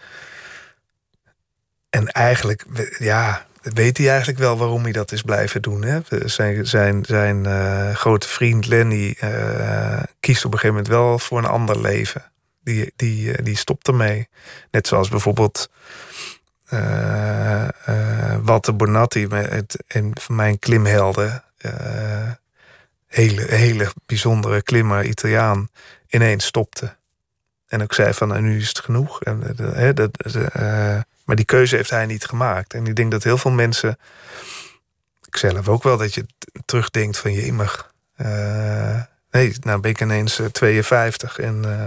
En eigenlijk, ja, weet hij eigenlijk wel waarom hij dat is blijven doen. Hè? Zijn, zijn, zijn uh, grote vriend Lenny uh, kiest op een gegeven moment wel voor een ander leven. Die, die, die stopt ermee. Net zoals bijvoorbeeld uh, uh, Walter Bonatti met een van mijn klimhelden. Uh, hele, hele bijzondere klimmer, Italiaan, ineens stopte. En ook zei van, nou, nu is het genoeg. En, uh, dat, uh, maar die keuze heeft hij niet gemaakt. En ik denk dat heel veel mensen, ik zelf ook wel, dat je terugdenkt van jemig. Uh, nee, nou ben ik ineens uh, tweeënvijftig en... Uh,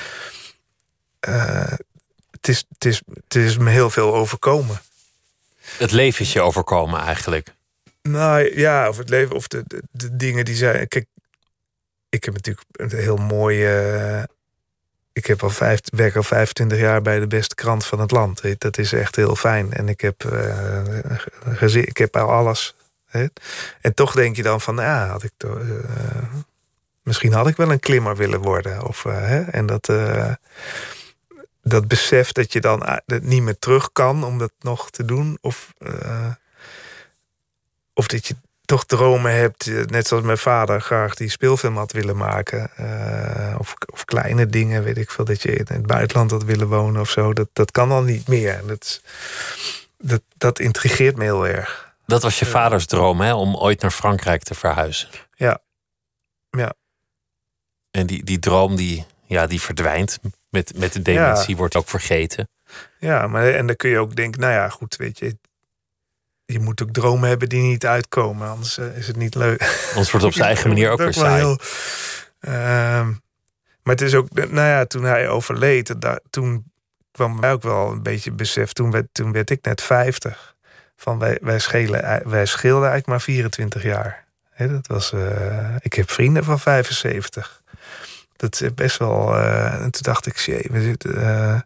Uh, het, is, het, is, het is me heel veel overkomen. Het leven is je overkomen eigenlijk? Nou ja, of het leven, of de, de, de dingen die zijn... Kijk, ik heb natuurlijk een heel mooie... Uh, ik heb al vijf, werk al vijfentwintig jaar bij de beste krant van het land. Weet, dat is echt heel fijn. En ik heb, uh, gezien, ik heb al alles. Weet. En toch denk je dan van, ja, had ik toch... Uh, misschien had ik wel een klimmer willen worden. Of, uh, hè, en dat... Uh, dat besef dat je dan niet meer terug kan om dat nog te doen. Of, uh, of dat je toch dromen hebt, net zoals mijn vader graag die speelfilm had willen maken. Uh, of, of kleine dingen, weet ik veel, dat je in het buitenland had willen wonen of zo. Dat, dat kan al niet meer. Dat, dat, dat intrigeert me heel erg. Dat was je vaders droom, hè? Om ooit naar Frankrijk te verhuizen. Ja. Ja. En die, die droom die, ja, die verdwijnt. Met, met de dementie ja. wordt ook vergeten. Ja, maar en dan kun je ook denken, nou ja, goed, weet je, je moet ook dromen hebben die niet uitkomen, anders uh, is het niet leuk. Anders wordt het op zijn eigen manier ook weer saai. Heel, uh, maar het is ook, nou ja, toen hij overleed, da, toen kwam mij ook wel een beetje besef, toen werd, toen werd ik net vijftig. Van wij, wij, schelen, wij scheelden eigenlijk maar vierentwintig jaar. He, dat was, uh, ik heb vrienden van vijfenzeventig. Dat is best wel... Uh, en toen dacht ik, jee, we zitten... Uh,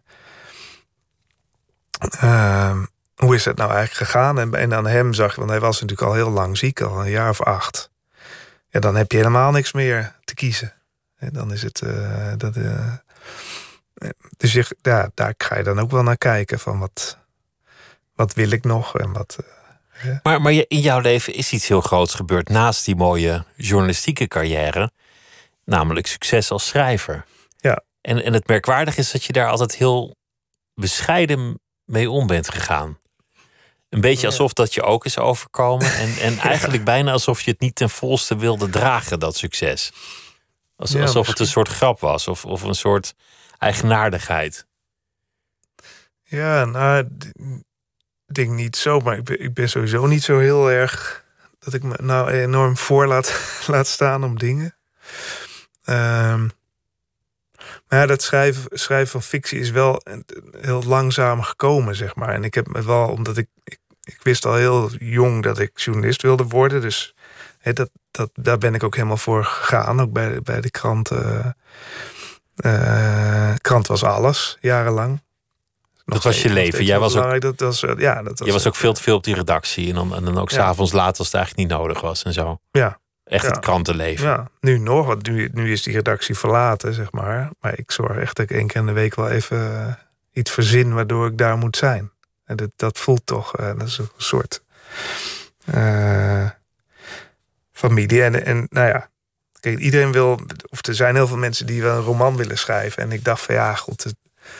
uh, hoe is dat nou eigenlijk gegaan? En, en aan hem zag je, want hij was natuurlijk al heel lang ziek, al een jaar of acht. Ja, dan heb je helemaal niks meer te kiezen. En dan is het... Uh, dat, uh, dus je, ja, daar ga je dan ook wel naar kijken van wat, wat wil ik nog en wat... Uh, ja. Maar, maar in jouw leven is iets heel groots gebeurd naast die mooie journalistieke carrière. Namelijk succes als schrijver. Ja. En, en het merkwaardige is dat je daar altijd heel bescheiden mee om bent gegaan. Een beetje alsof dat je ook is overkomen. En, en eigenlijk ja. bijna alsof je het niet ten volste wilde dragen, dat succes. Als, ja, alsof misschien. het een soort grap was. Of, of een soort eigenaardigheid. Ja, nou, ik denk niet zo. Maar ik ben, ik ben sowieso niet zo heel erg... dat ik me nou enorm voor laat, laat staan om dingen. Um, maar ja, dat schrijven, schrijven van fictie is wel heel langzaam gekomen, zeg maar. En ik heb me wel, omdat ik, ik... Ik wist al heel jong dat ik journalist wilde worden. Dus He, dat, dat, daar ben ik ook helemaal voor gegaan. Ook bij, bij de krant. Uh, uh, krant was alles, jarenlang. Nog dat was je leven. Jij was ook, dat was, uh, ja, dat was je was ook veel te veel op die redactie. En dan, en dan ook ja. 's'avonds laat als het eigenlijk niet nodig was en zo. Ja. Echt ja. het krantenleven. Ja, nu nog, want nu, nu is die redactie verlaten, zeg maar. Maar ik zorg echt dat ik één keer in de week wel even uh, iets verzin waardoor ik daar moet zijn. En dat, dat voelt toch, uh, dat is een soort uh, familie. En, en nou ja, kijk, iedereen wil, of er zijn heel veel mensen die wel een roman willen schrijven. En ik dacht van ja, goed. Het,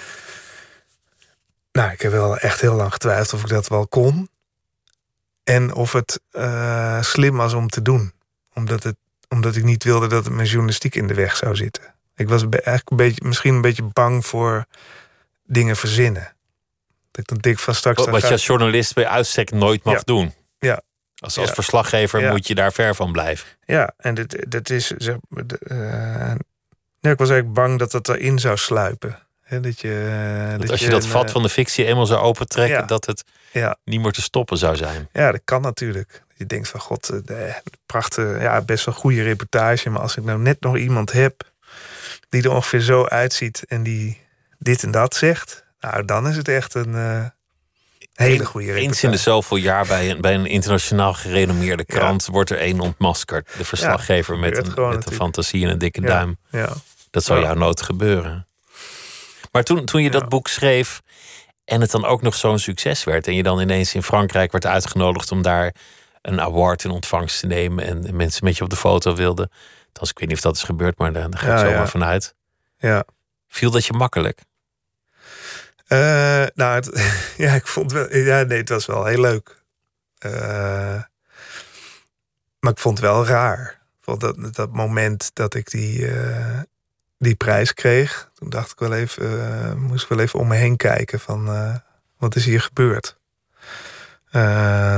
nou, ik heb wel echt heel lang getwijfeld of ik dat wel kon. En of het uh, slim was om te doen. Omdat, het, omdat ik niet wilde dat het mijn journalistiek in de weg zou zitten. Ik was eigenlijk een beetje, misschien een beetje bang voor dingen verzinnen. Dat ik dan dik van straks... Wat, wat je als journalist bij uitstek nooit mag ja. doen. Ja. Als, als ja. verslaggever ja. moet je daar ver van blijven. Ja, en dit, dit is... Zeg, uh, ja, ik was eigenlijk bang dat dat erin zou sluipen. He, dat je, dat dat als je, je dat een, vat van de fictie eenmaal zou opentrekken... Ja. dat het ja. niet meer te stoppen zou zijn. Ja, dat kan natuurlijk. Je denkt van god, de, prachtig, ja, best wel goede reportage. Maar als ik nou net nog iemand heb die er ongeveer zo uitziet en die dit en dat zegt, nou dan is het echt een uh, hele goede reportage. Eens in de zoveel jaar bij een, bij een internationaal gerenommeerde krant ja. wordt er één ontmaskerd. De verslaggever ja, met, een, met een fantasie en een dikke ja. duim. Ja. Dat zou ja. jou nooit gebeuren. Maar toen, toen je dat ja. boek schreef en het dan ook nog zo'n succes werd en je dan ineens in Frankrijk werd uitgenodigd om daar een award in ontvangst te nemen en mensen met je op de foto wilden. Dus ik weet niet of dat is gebeurd, maar daar, daar ga ik ja, zomaar ja. vanuit. Ja. Viel dat je makkelijk? Uh, nou, het, ja, ik vond wel. Ja, nee, het was wel heel leuk. Uh, maar ik vond het wel raar. Vond dat, dat moment dat ik die, uh, die prijs kreeg, toen dacht ik wel even, uh, moest ik wel even om me heen kijken van uh, wat is hier gebeurd. Uh,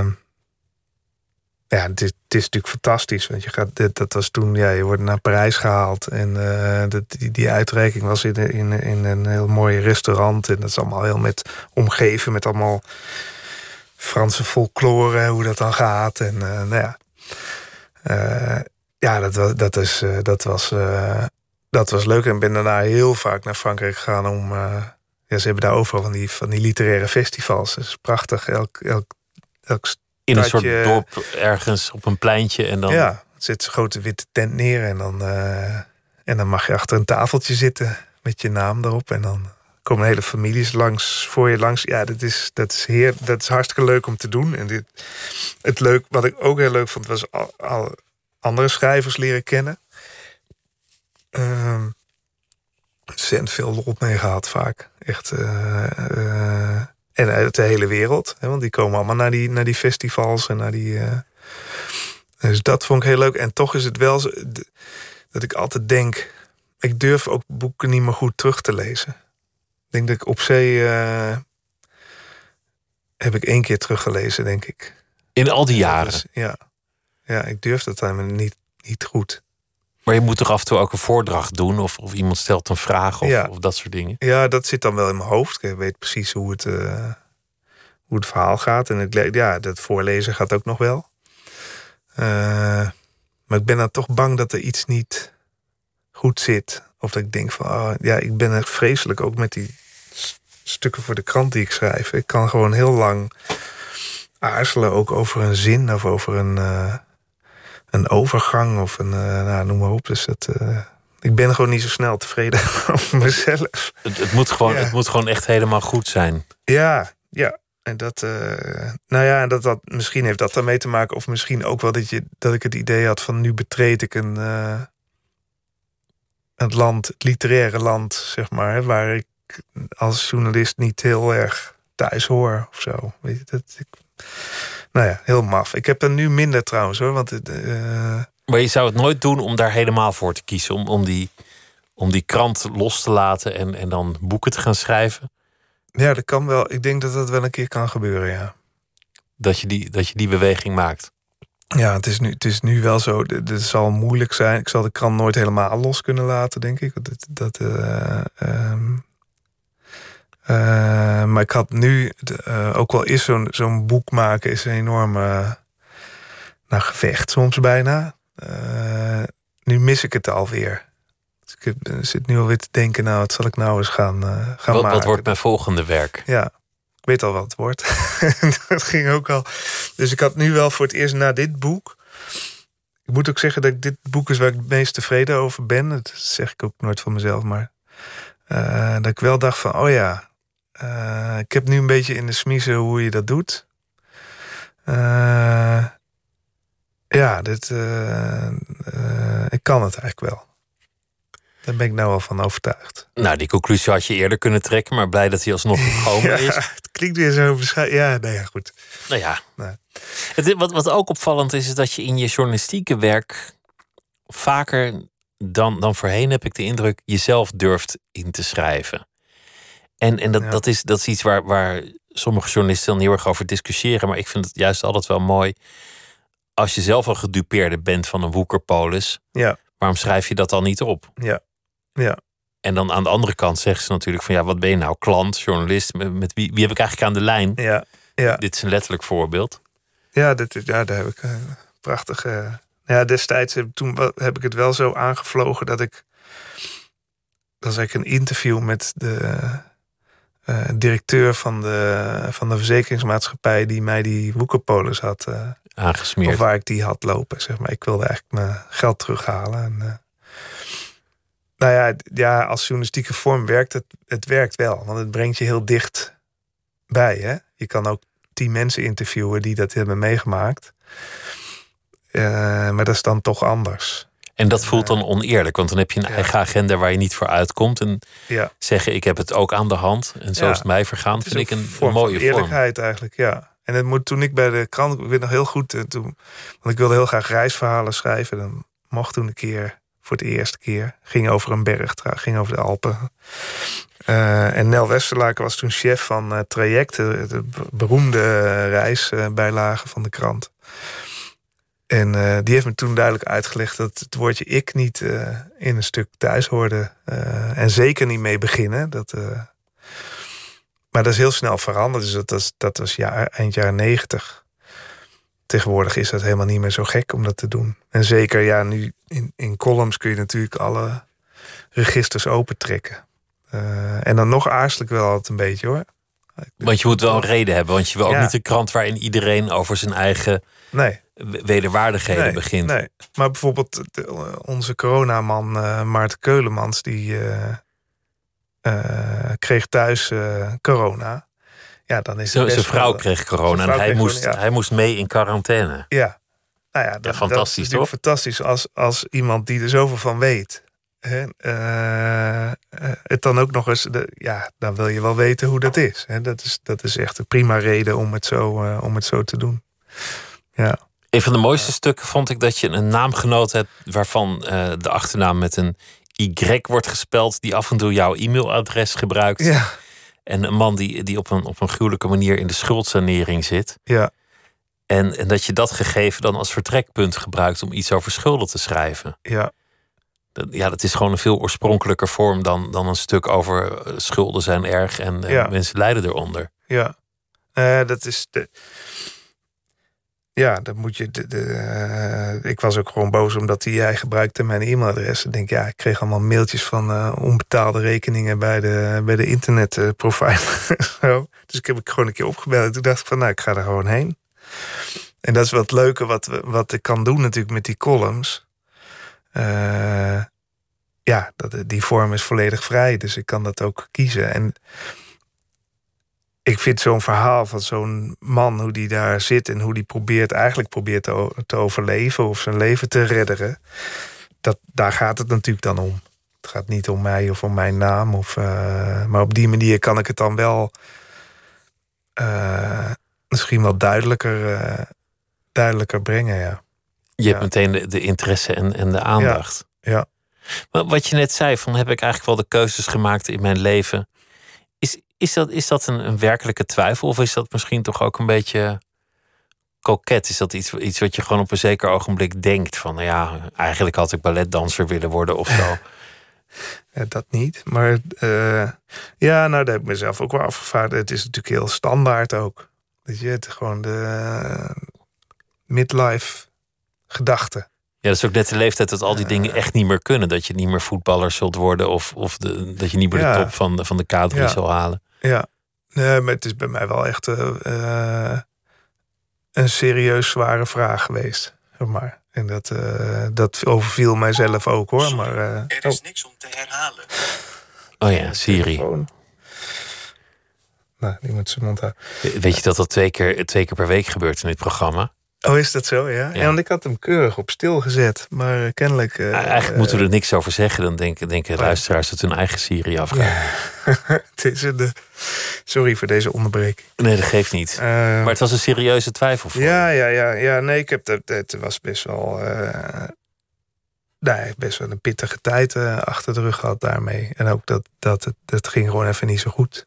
Ja, het is, het is natuurlijk fantastisch. Want je gaat, dit, dat was toen, ja, je wordt naar Parijs gehaald. En uh, dat, die, die uitreiking was in, in, in een heel mooi restaurant. En dat is allemaal heel met omgeven met allemaal Franse folklore, hoe dat dan gaat. En uh, nou ja, uh, ja, dat was, dat, is, uh, dat, was, uh, dat was leuk. En ik ben daarna heel vaak naar Frankrijk gegaan om. Uh, ja, ze hebben daar overal van die, van die literaire festivals. Dat is prachtig. Elk, elk, elk In een soort je, dorp ergens op een pleintje en dan... Ja, er zit een grote witte tent neer en dan, uh, en dan mag je achter een tafeltje zitten met je naam erop. En dan komen hele families langs, voor je langs. Ja, dat is, dat is, heer, dat is hartstikke leuk om te doen. En dit, het leuk, wat ik ook heel leuk vond, was al, al andere schrijvers leren kennen. Uh, Ontzettend veel lol mee gehad vaak. Echt... Uh, uh, En uit de hele wereld. Hè, want die komen allemaal naar die, naar die festivals. En naar die, uh... Dus dat vond ik heel leuk. En toch is het wel zo dat ik altijd denk... Ik durf ook boeken niet meer goed terug te lezen. Ik denk dat ik op zee... Uh... heb ik één keer teruggelezen, denk ik. In al die jaren? Dus, ja. ja, ik durf dat dan niet, niet goed. Maar je moet toch af en toe ook een voordracht doen? Of, of iemand stelt een vraag of, ja. of dat soort dingen? Ja, dat zit dan wel in mijn hoofd. Ik weet precies hoe het, uh, hoe het verhaal gaat. En ik, ja, dat voorlezen gaat ook nog wel. Uh, maar ik ben dan toch bang dat er iets niet goed zit. Of dat ik denk van... Oh, ja, ik ben echt vreselijk ook met die st- stukken voor de krant die ik schrijf. Ik kan gewoon heel lang aarzelen ook over een zin of over een... Uh, een overgang of een, uh, nou, noem maar op. Dus het, uh, ik ben gewoon niet zo snel tevreden over mezelf. Het, het, moet gewoon, ja. het moet gewoon echt helemaal goed zijn. Ja, ja. En dat, uh, nou ja, dat, dat, misschien heeft dat daarmee te maken. Of misschien ook wel dat, je, dat ik het idee had van nu betreed ik een, uh, een land, het literaire land, zeg maar, hè, waar ik als journalist niet heel erg thuis hoor of zo. Weet je, dat ik. Nou ja, heel maf. Ik heb er nu minder trouwens hoor. Want, uh... Maar je zou het nooit doen om daar helemaal voor te kiezen. Om, om, die, om die krant los te laten en, en dan boeken te gaan schrijven? Ja, dat kan wel. Ik denk dat dat wel een keer kan gebeuren, ja. Dat je die, dat je die beweging maakt? Ja, het is nu, het is nu wel zo. Het zal moeilijk zijn. Ik zal de krant nooit helemaal los kunnen laten, denk ik. Dat... dat uh, um... Uh, maar ik had nu, uh, ook wel is zo'n zo'n boek maken is een enorme, uh, nou, gevecht soms bijna. Uh, nu mis ik het alweer. Dus ik heb, zit nu alweer te denken, nou, wat zal ik nou eens gaan, uh, gaan wat, maken. Wat wordt mijn volgende werk? Ja, ik weet al wat het wordt. Dat ging ook al. Dus ik had nu wel voor het eerst na dit boek... Ik moet ook zeggen dat ik dit boek is waar ik het meest tevreden over ben. Dat zeg ik ook nooit van mezelf, maar... Uh, dat ik wel dacht van, oh ja... Uh, ik heb nu een beetje in de smiezen hoe je dat doet. Uh, ja, dit, uh, uh, ik kan het eigenlijk wel. Daar ben ik nou wel van overtuigd. Nou, die conclusie had je eerder kunnen trekken, maar blij dat hij alsnog gekomen ja, is. Het klinkt weer zo bescheiden. Ja, nee, ja, goed. Nou ja. Nee. Het, wat, wat ook opvallend is, is dat je in je journalistieke werk vaker dan, dan voorheen, heb ik de indruk, jezelf durft in te schrijven. En, en dat, ja. dat, is, dat is iets waar, waar sommige journalisten dan heel erg over discussiëren. Maar ik vind het juist altijd wel mooi. Als je zelf al gedupeerde bent van een woekerpolis, ja. waarom schrijf je dat dan niet op? Ja. Ja. En dan aan de andere kant zeggen ze natuurlijk van ja, wat ben je nou? Klant, journalist, met, met wie, wie heb ik eigenlijk aan de lijn? Ja. Ja. Dit is een letterlijk voorbeeld. Ja, dit, ja daar heb ik een prachtige... Ja, destijds heb, toen heb ik het wel zo aangevlogen dat ik... Dat was eigenlijk een interview met de uh, directeur van de, van de verzekeringsmaatschappij die mij die woekerpolis had uh, aangesmeerd. Of waar ik die had lopen, zeg maar. Ik wilde eigenlijk mijn geld terughalen. En, uh, nou ja, ja, als journalistieke vorm werkt het, het werkt wel. Want het brengt je heel dicht bij. Hè? Je kan ook tien mensen interviewen die dat hebben meegemaakt. Uh, maar dat is dan toch anders. En dat voelt dan oneerlijk, want dan heb je een ja. eigen agenda waar je niet voor uitkomt. En ja. zeggen, ik heb het ook aan de hand. En zo ja. is het mij vergaan, vind ik een, een, een mooie vorm. Eerlijkheid eigenlijk, ja. En het moet, toen ik bij de krant, ik weet nog heel goed, toen, want ik wilde heel graag reisverhalen schrijven. Dan mocht toen een keer, voor de eerste keer, ging over een berg, ging over de Alpen. Uh, en Nel Westerlaken was toen chef van uh, Traject, de, de beroemde uh, reisbijlage van de krant. En uh, die heeft me toen duidelijk uitgelegd dat het woordje ik niet uh, in een stuk thuis hoorde. Uh, en zeker niet mee beginnen. Dat, uh... Maar dat is heel snel veranderd. Dus dat was, dat was jaar, eind jaren negentig. Tegenwoordig is dat helemaal niet meer zo gek om dat te doen. En zeker, ja, nu in, in columns kun je natuurlijk alle registers opentrekken. Uh, en dan nog aarzel ik wel altijd een beetje, hoor. Want je moet wel een reden hebben. Want je wil ook ja. niet een krant waarin iedereen over zijn eigen... Nee. wederwaardigheden nee, begint. Nee, maar bijvoorbeeld de, onze coronaman uh, Maarten Keulemans... die uh, uh, kreeg thuis uh, corona. Ja, dan is zijn vrouw wel, kreeg corona vrouw en hij, kreeg moest, corona, ja. hij moest mee in quarantaine. Ja, nou ja, dat, ja fantastisch, dat is toch? Fantastisch als, als iemand die er zoveel van weet... Hè, uh, uh, het dan ook nog eens... De, ja, dan wil je wel weten hoe dat is. Hè. Dat is. Dat is echt een prima reden om het zo, uh, om het zo te doen. Ja. Een van de mooiste stukken vond ik dat je een naamgenoot hebt... waarvan uh, de achternaam met een Y wordt gespeld... die af en toe jouw e-mailadres gebruikt. Ja. En een man die, die op, een, op een gruwelijke manier in de schuldsanering zit. Ja. En, en dat je dat gegeven dan als vertrekpunt gebruikt... om iets over schulden te schrijven. Ja. Dat, ja, dat is gewoon een veel oorspronkelijker vorm... dan, dan een stuk over uh, schulden zijn erg en uh, ja. mensen lijden eronder. Ja, uh, dat is... De... Ja, dat moet je. De, de, uh, ik was ook gewoon boos omdat hij jij gebruikte mijn e-mailadres. Ik denk, ja, ik kreeg allemaal mailtjes van uh, onbetaalde rekeningen bij de, bij de internetprovider. Zo. Dus ik heb ik gewoon een keer opgebeld. En toen dacht ik van, nou, ik ga er gewoon heen. En dat is wat leuke wat, we, wat ik kan doen natuurlijk met die columns. Uh, ja, dat, die vorm is volledig vrij. Dus ik kan dat ook kiezen. En ik vind zo'n verhaal van zo'n man, hoe die daar zit en hoe die probeert, eigenlijk probeert te, te overleven of zijn leven te redderen. Dat, daar gaat het natuurlijk dan om. Het gaat niet om mij of om mijn naam. Of, uh, maar op die manier kan ik het dan wel uh, misschien wel duidelijker, uh, duidelijker brengen, ja. Je hebt ja. meteen de, de interesse en, en de aandacht. Ja, ja. Maar wat je net zei, van heb ik eigenlijk wel de keuzes gemaakt in mijn leven. Is, is dat, is dat een, een werkelijke twijfel? Of is dat misschien toch ook een beetje koket? Is dat iets, iets wat je gewoon op een zeker ogenblik denkt? Van nou ja, eigenlijk had ik balletdanser willen worden of zo. Ja, dat niet. Maar uh, ja, nou, daar heb ik mezelf ook wel afgevraagd. Het is natuurlijk heel standaard ook. Weet je, het gewoon de uh, midlife gedachte. Ja, dat is ook net de leeftijd dat al die dingen echt niet meer kunnen. Dat je niet meer voetballer zult worden of, of de, dat je niet meer Ja. de top van de, van de K drie Ja. zal halen. Ja, nee, maar het is bij mij wel echt uh, uh, een serieus zware vraag geweest. Zeg maar. En dat, uh, dat overviel mijzelf ook hoor. Maar, uh, er is niks om te herhalen. Oh ja, Siri. Telefoon. Nou, die moet zijn mond houden. Weet je dat dat twee keer, twee keer per week gebeurt in dit programma? Oh, is dat zo, ja? Ja. Ja, want ik had hem keurig op stil gezet. Maar uh, kennelijk... Uh, Eigenlijk uh, moeten we er niks over zeggen. Dan denken, denken de luisteraars dat hun eigen Siri afgaat. Ja. Het is een, uh, sorry voor deze onderbreking. Nee, dat geeft niet. Uh, maar het was een serieuze twijfel voor ja, je. ja, ja, ja. Nee, ik heb dat, het was best wel... Uh, nee, best wel een pittige tijd uh, achter de rug gehad daarmee. En ook dat, dat het, dat ging gewoon even niet zo goed.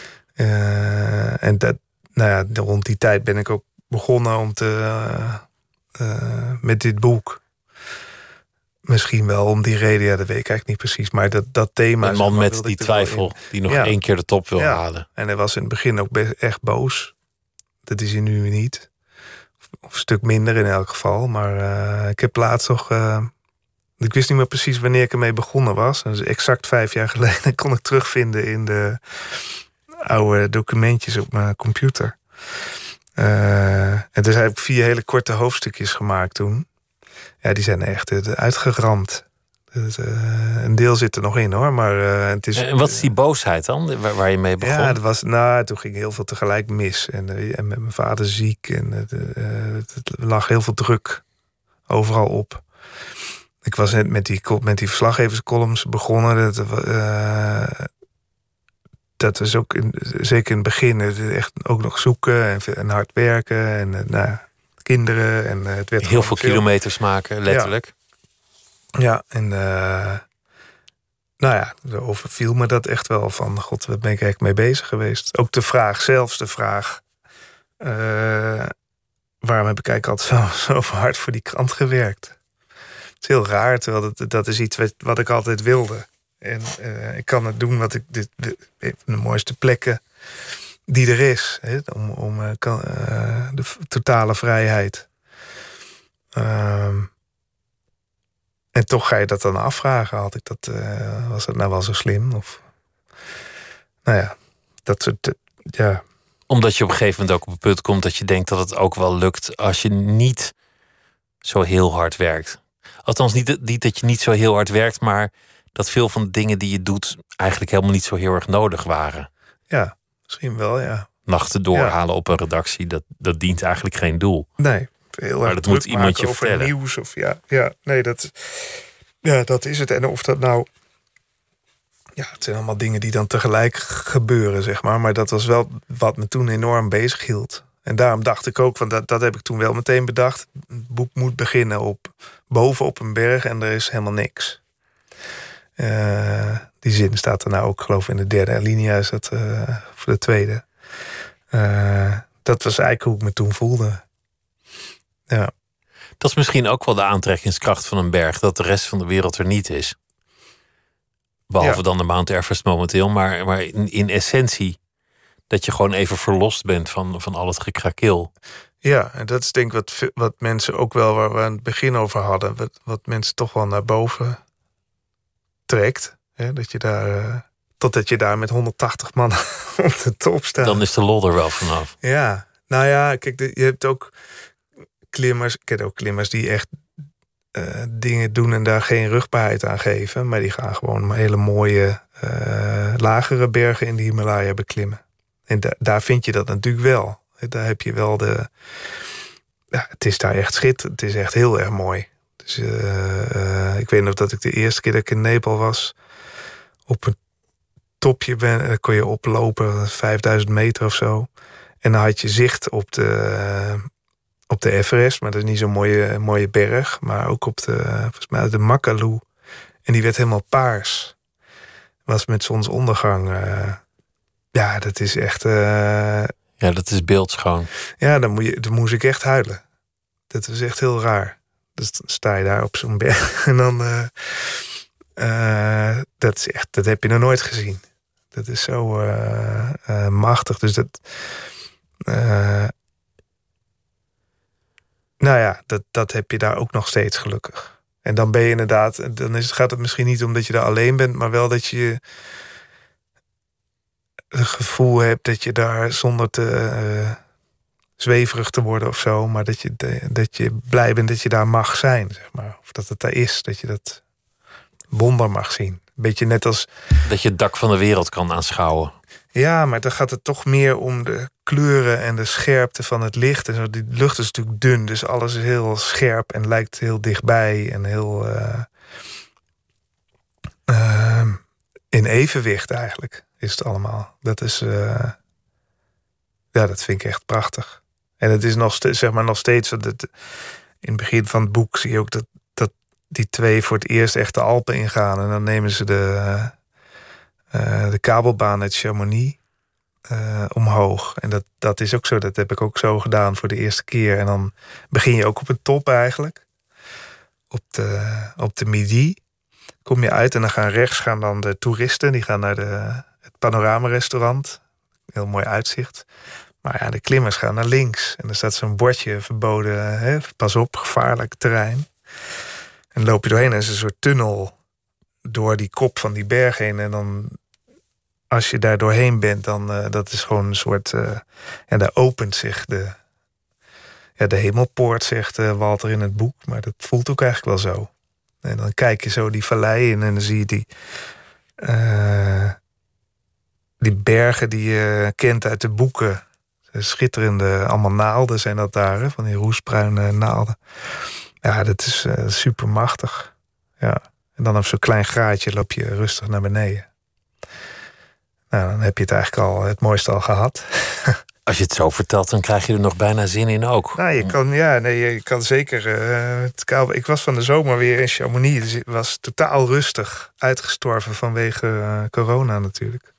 Uh, en dat, nou ja, rond die tijd ben ik ook begonnen om te, uh, uh, met dit boek. Misschien wel om die reden, ja, dat weet ik eigenlijk niet precies. Maar dat, dat thema... Een man zeg maar, met die twijfel, die nog ja. één keer de top wil ja. halen. En hij was in het begin ook best, echt boos. Dat is hij nu niet. Of een stuk minder in elk geval. Maar uh, ik heb laatst nog... Uh, ik wist niet meer precies wanneer ik ermee begonnen was. Dus exact vijf jaar geleden kon ik terugvinden in de oude documentjes op mijn computer. Uh, en dus heb ik vier hele korte hoofdstukjes gemaakt toen. Ja, die zijn echt uh, uitgeramd. Dus, uh, een deel zit er nog in hoor, maar uh, het is... En wat is die boosheid dan, waar, waar je mee begon? Ja, dat was, nou, toen ging heel veel tegelijk mis. En, uh, en met mijn vader ziek. En uh, het lag heel veel druk overal op. Ik was net met die, met die verslaggeverscolumns begonnen. Dat, uh, dat was ook, in, zeker in het begin, echt ook nog zoeken en, en hard werken. En uh, nou, kinderen. En, uh, het werd heel veel veel kilometers maken, letterlijk. Ja, ja en uh, nou ja, er overviel me dat echt wel van... God, wat ben ik eigenlijk mee bezig geweest? Ook de vraag, zelfs de vraag... Uh, waarom heb ik eigenlijk altijd zo, zo hard voor die krant gewerkt? Het is heel raar, terwijl dat, dat is iets wat, wat ik altijd wilde. En uh, ik kan het doen wat ik... Dit, dit, de mooiste plekken die er is. Hè, om om uh, kan, uh, de totale vrijheid. Um, en toch ga je dat dan afvragen. Had ik dat, uh, was dat nou wel zo slim? Of, nou ja, dat soort... Uh, ja. Omdat je op een gegeven moment ook op een punt komt dat je denkt dat het ook wel lukt als je niet zo heel hard werkt. Althans, niet, niet dat je niet zo heel hard werkt, maar dat veel van de dingen die je doet eigenlijk helemaal niet zo heel erg nodig waren. Ja, misschien wel, ja. Nachten doorhalen ja. op een redactie, dat, dat dient eigenlijk geen doel. Nee, heel maar erg dat moet iemand je over vertellen. Nieuws of ja, ja, nee, dat, ja, dat is het. En of dat nou, ja, het zijn allemaal dingen die dan tegelijk gebeuren, zeg maar. Maar dat was wel wat me toen enorm bezig hield. En daarom dacht ik ook, want dat, dat heb ik toen wel meteen bedacht. Het boek moet beginnen op boven op een berg en er is helemaal niks. Uh, die zin staat er nou ook, geloof ik, in de derde alinea is dat uh, voor de tweede. Uh, dat was eigenlijk hoe ik me toen voelde. Ja. Dat is misschien ook wel de aantrekkingskracht van een berg, dat de rest van de wereld er niet is. Behalve ja. dan de Mount Everest momenteel, maar, maar in, in essentie dat je gewoon even verlost bent van, van al het gekrakeel. Ja, en dat is denk ik wat, wat mensen ook wel, waar we aan het begin over hadden, wat, wat mensen toch wel naar boven trekt. Hè? Dat je daar, uh, totdat je daar met honderdtachtig man op de top staat. Dan is de lol er wel vanaf. Ja, nou ja, kijk, je hebt ook klimmers, ik ken ook klimmers die echt uh, dingen doen en daar geen rugbaarheid aan geven, maar die gaan gewoon hele mooie uh, lagere bergen in de Himalaya beklimmen. En da- daar vind je dat natuurlijk wel. Daar heb je wel de... Ja, het is daar echt schitterend. Het is echt heel erg mooi. Dus, uh, uh, ik weet nog dat ik de eerste keer dat ik in Nepal was, op een topje ben, dan kon je oplopen, vijfduizend meter of zo. En dan had je zicht op de, uh, op de Everest, maar dat is niet zo'n mooie, mooie berg. Maar ook op de, volgens mij de Makalu. En die werd helemaal paars. Was met zonsondergang. Uh, ja, dat is echt... Uh, Ja, dat is beeldschoon. Ja, dan, moet je, dan moest ik echt huilen. Dat was echt heel raar. Dus dan sta je daar op zo'n berg en dan... Uh, uh, dat is echt, dat heb je nog nooit gezien. Dat is zo uh, uh, machtig. Dus dat... Uh, nou ja, dat, dat heb je daar ook nog steeds gelukkig. En dan ben je inderdaad, dan is, gaat het misschien niet om dat je daar alleen bent, maar wel dat je het gevoel hebt dat je daar zonder te uh, zweverig te worden of zo, maar dat je, dat je blij bent dat je daar mag zijn, zeg maar. Of dat het daar is, dat je dat wonder mag zien. Beetje net als... Dat je het dak van de wereld kan aanschouwen. Ja, maar dan gaat het toch meer om de kleuren en de scherpte van het licht. En zo. Die lucht is natuurlijk dun, dus alles is heel scherp en lijkt heel dichtbij en heel uh, uh, in evenwicht eigenlijk is het allemaal. Dat is, uh, ja, dat vind ik echt prachtig. En het is nog steeds, zeg maar, nog steeds, dat het, in het begin van het boek zie je ook dat, dat die twee voor het eerst echt de Alpen ingaan. En dan nemen ze de, uh, de kabelbaan uit Chamonix uh, omhoog. En dat, dat is ook zo, dat heb ik ook zo gedaan voor de eerste keer. En dan begin je ook op een top eigenlijk. Op de, op de Midi kom je uit en dan gaan rechts gaan dan de toeristen. Die gaan naar de, het panorama-restaurant. Heel mooi uitzicht. Maar ja, de klimmers gaan naar links. En er staat zo'n bordje verboden, hè, pas op, gevaarlijk terrein. En dan loop je doorheen en er is een soort tunnel door die kop van die berg heen. En dan, als je daar doorheen bent, dan uh, dat is gewoon een soort... Uh, ja, daar opent zich de, ja, de hemelpoort, zegt uh, Walter in het boek. Maar dat voelt ook eigenlijk wel zo. En dan kijk je zo die vallei in en dan zie je die... Uh, die bergen die je kent uit de boeken. Schitterende, allemaal naalden zijn dat daar, hè? Van die roestbruine naalden. Ja, dat is uh, super machtig. Ja. En dan op zo'n klein graadje loop je rustig naar beneden. Nou, dan heb je het eigenlijk al het mooiste al gehad. Als je het zo vertelt, dan krijg je er nog bijna zin in ook. Nou, je kan, ja, nee, je kan zeker... Uh, het kaal, ik was van de zomer weer in Chamonix. Dus het was totaal rustig. Uitgestorven vanwege uh, corona natuurlijk.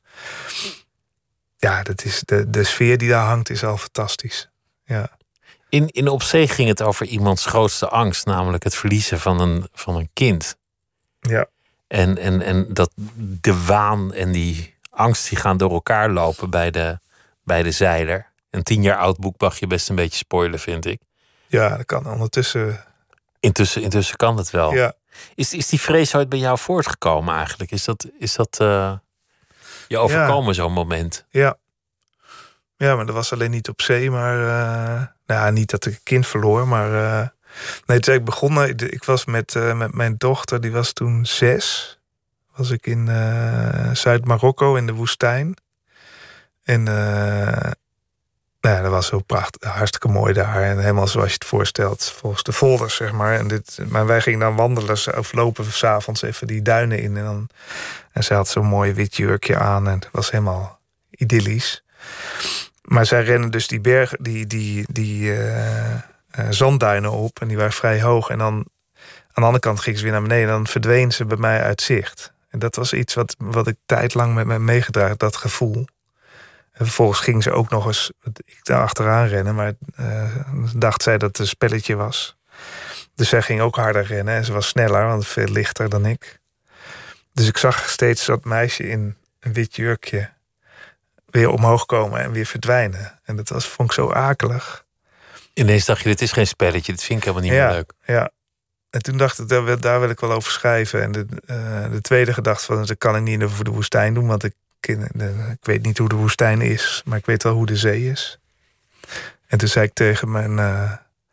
Ja, dat is de, de sfeer die daar hangt is al fantastisch. Ja. In, in Op Zee ging het over iemands grootste angst, namelijk het verliezen van een, van een kind. Ja. En, en, en dat de waan en die angst die gaan door elkaar lopen bij de, bij de zeiler. Een tien jaar oud boek mag je best een beetje spoilen, vind ik. Ja, dat kan ondertussen. Intussen, intussen kan het wel. Ja. Is, is die vrees ooit bij jou voortgekomen eigenlijk? Is dat, is dat uh, je overkomen, ja. Zo'n moment? Ja. Ja, maar dat was alleen niet op zee, maar... Uh, nou, niet dat ik een kind verloor, maar... Uh, nee, toen ik begon, ik was met, uh, met mijn dochter, die was toen zes. Was ik in uh, Zuid-Marokko, in de woestijn. En uh, nou ja, dat was zo prachtig, hartstikke mooi daar. En helemaal zoals je het voorstelt, volgens de folders, zeg maar. En dit, maar wij gingen dan wandelen of lopen 's avonds even die duinen in. En, dan, en zij had zo'n mooi wit jurkje aan en het was helemaal idyllisch. Maar zij rennen dus die bergen, die, die, die uh, uh, zandduinen op. En die waren vrij hoog. En dan aan de andere kant ging ze weer naar beneden. En dan verdween ze bij mij uit zicht. En dat was iets wat, wat ik tijdlang met mij meegedragen, dat gevoel. En vervolgens ging ze ook nog eens, ik daar achteraan rennen. Maar uh, dacht zij dat het een spelletje was. Dus zij ging ook harder rennen. En ze was sneller, want veel lichter dan ik. Dus ik zag steeds dat meisje in een wit jurkje weer omhoog komen en weer verdwijnen. En dat was, vond ik zo akelig. Ineens dacht je, dit is geen spelletje, dit vind ik helemaal niet ja, meer leuk. Ja, en toen dacht ik, daar, daar wil ik wel over schrijven. En de, uh, de tweede gedachte van, dat kan ik niet over de woestijn doen, want ik, ik weet niet hoe de woestijn is, maar ik weet wel hoe de zee is. En toen zei ik tegen mijn uh,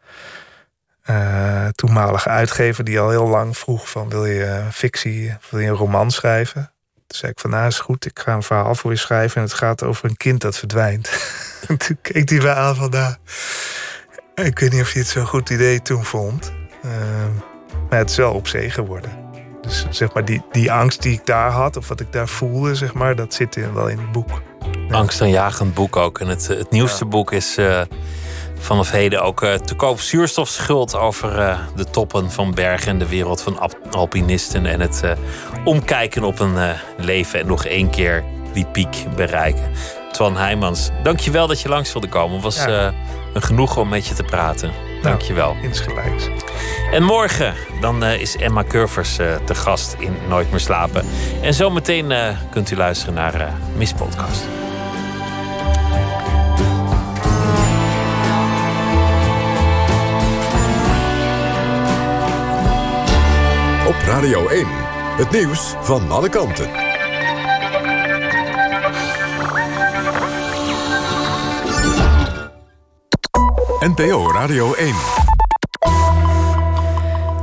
uh, toenmalige uitgever, die al heel lang vroeg van, wil je fictie, wil je een roman schrijven? Toen zei ik van, nou is goed, ik ga een verhaal voor je schrijven en het gaat over een kind dat verdwijnt. En toen keek hij mij aan van, nou, ik weet niet of hij het zo'n goed idee toen vond. Uh, maar het is wel Op Zee geworden. Dus zeg maar, die, die angst die ik daar had, of wat ik daar voelde, zeg maar, dat zit in, wel in het boek. Ja. Angstaanjagend boek ook. En het, het nieuwste ja. boek is uh, vanaf heden ook uh, te koop. Zuurstofschuld over uh, de toppen van bergen en de wereld van alpinisten. En het uh, omkijken op een uh, leven en nog één keer die piek bereiken. Twan Heijmans, dank je wel dat je langs wilde komen. Het was ja. uh, een genoegen om met je te praten. Dank je wel. Nou, insgelijks. En morgen dan uh, is Emma Curvers uh, te gast in Nooit meer slapen. En zometeen uh, kunt u luisteren naar uh, Miss Podcast. Radio één. Het nieuws van alle kanten. N P O Radio één.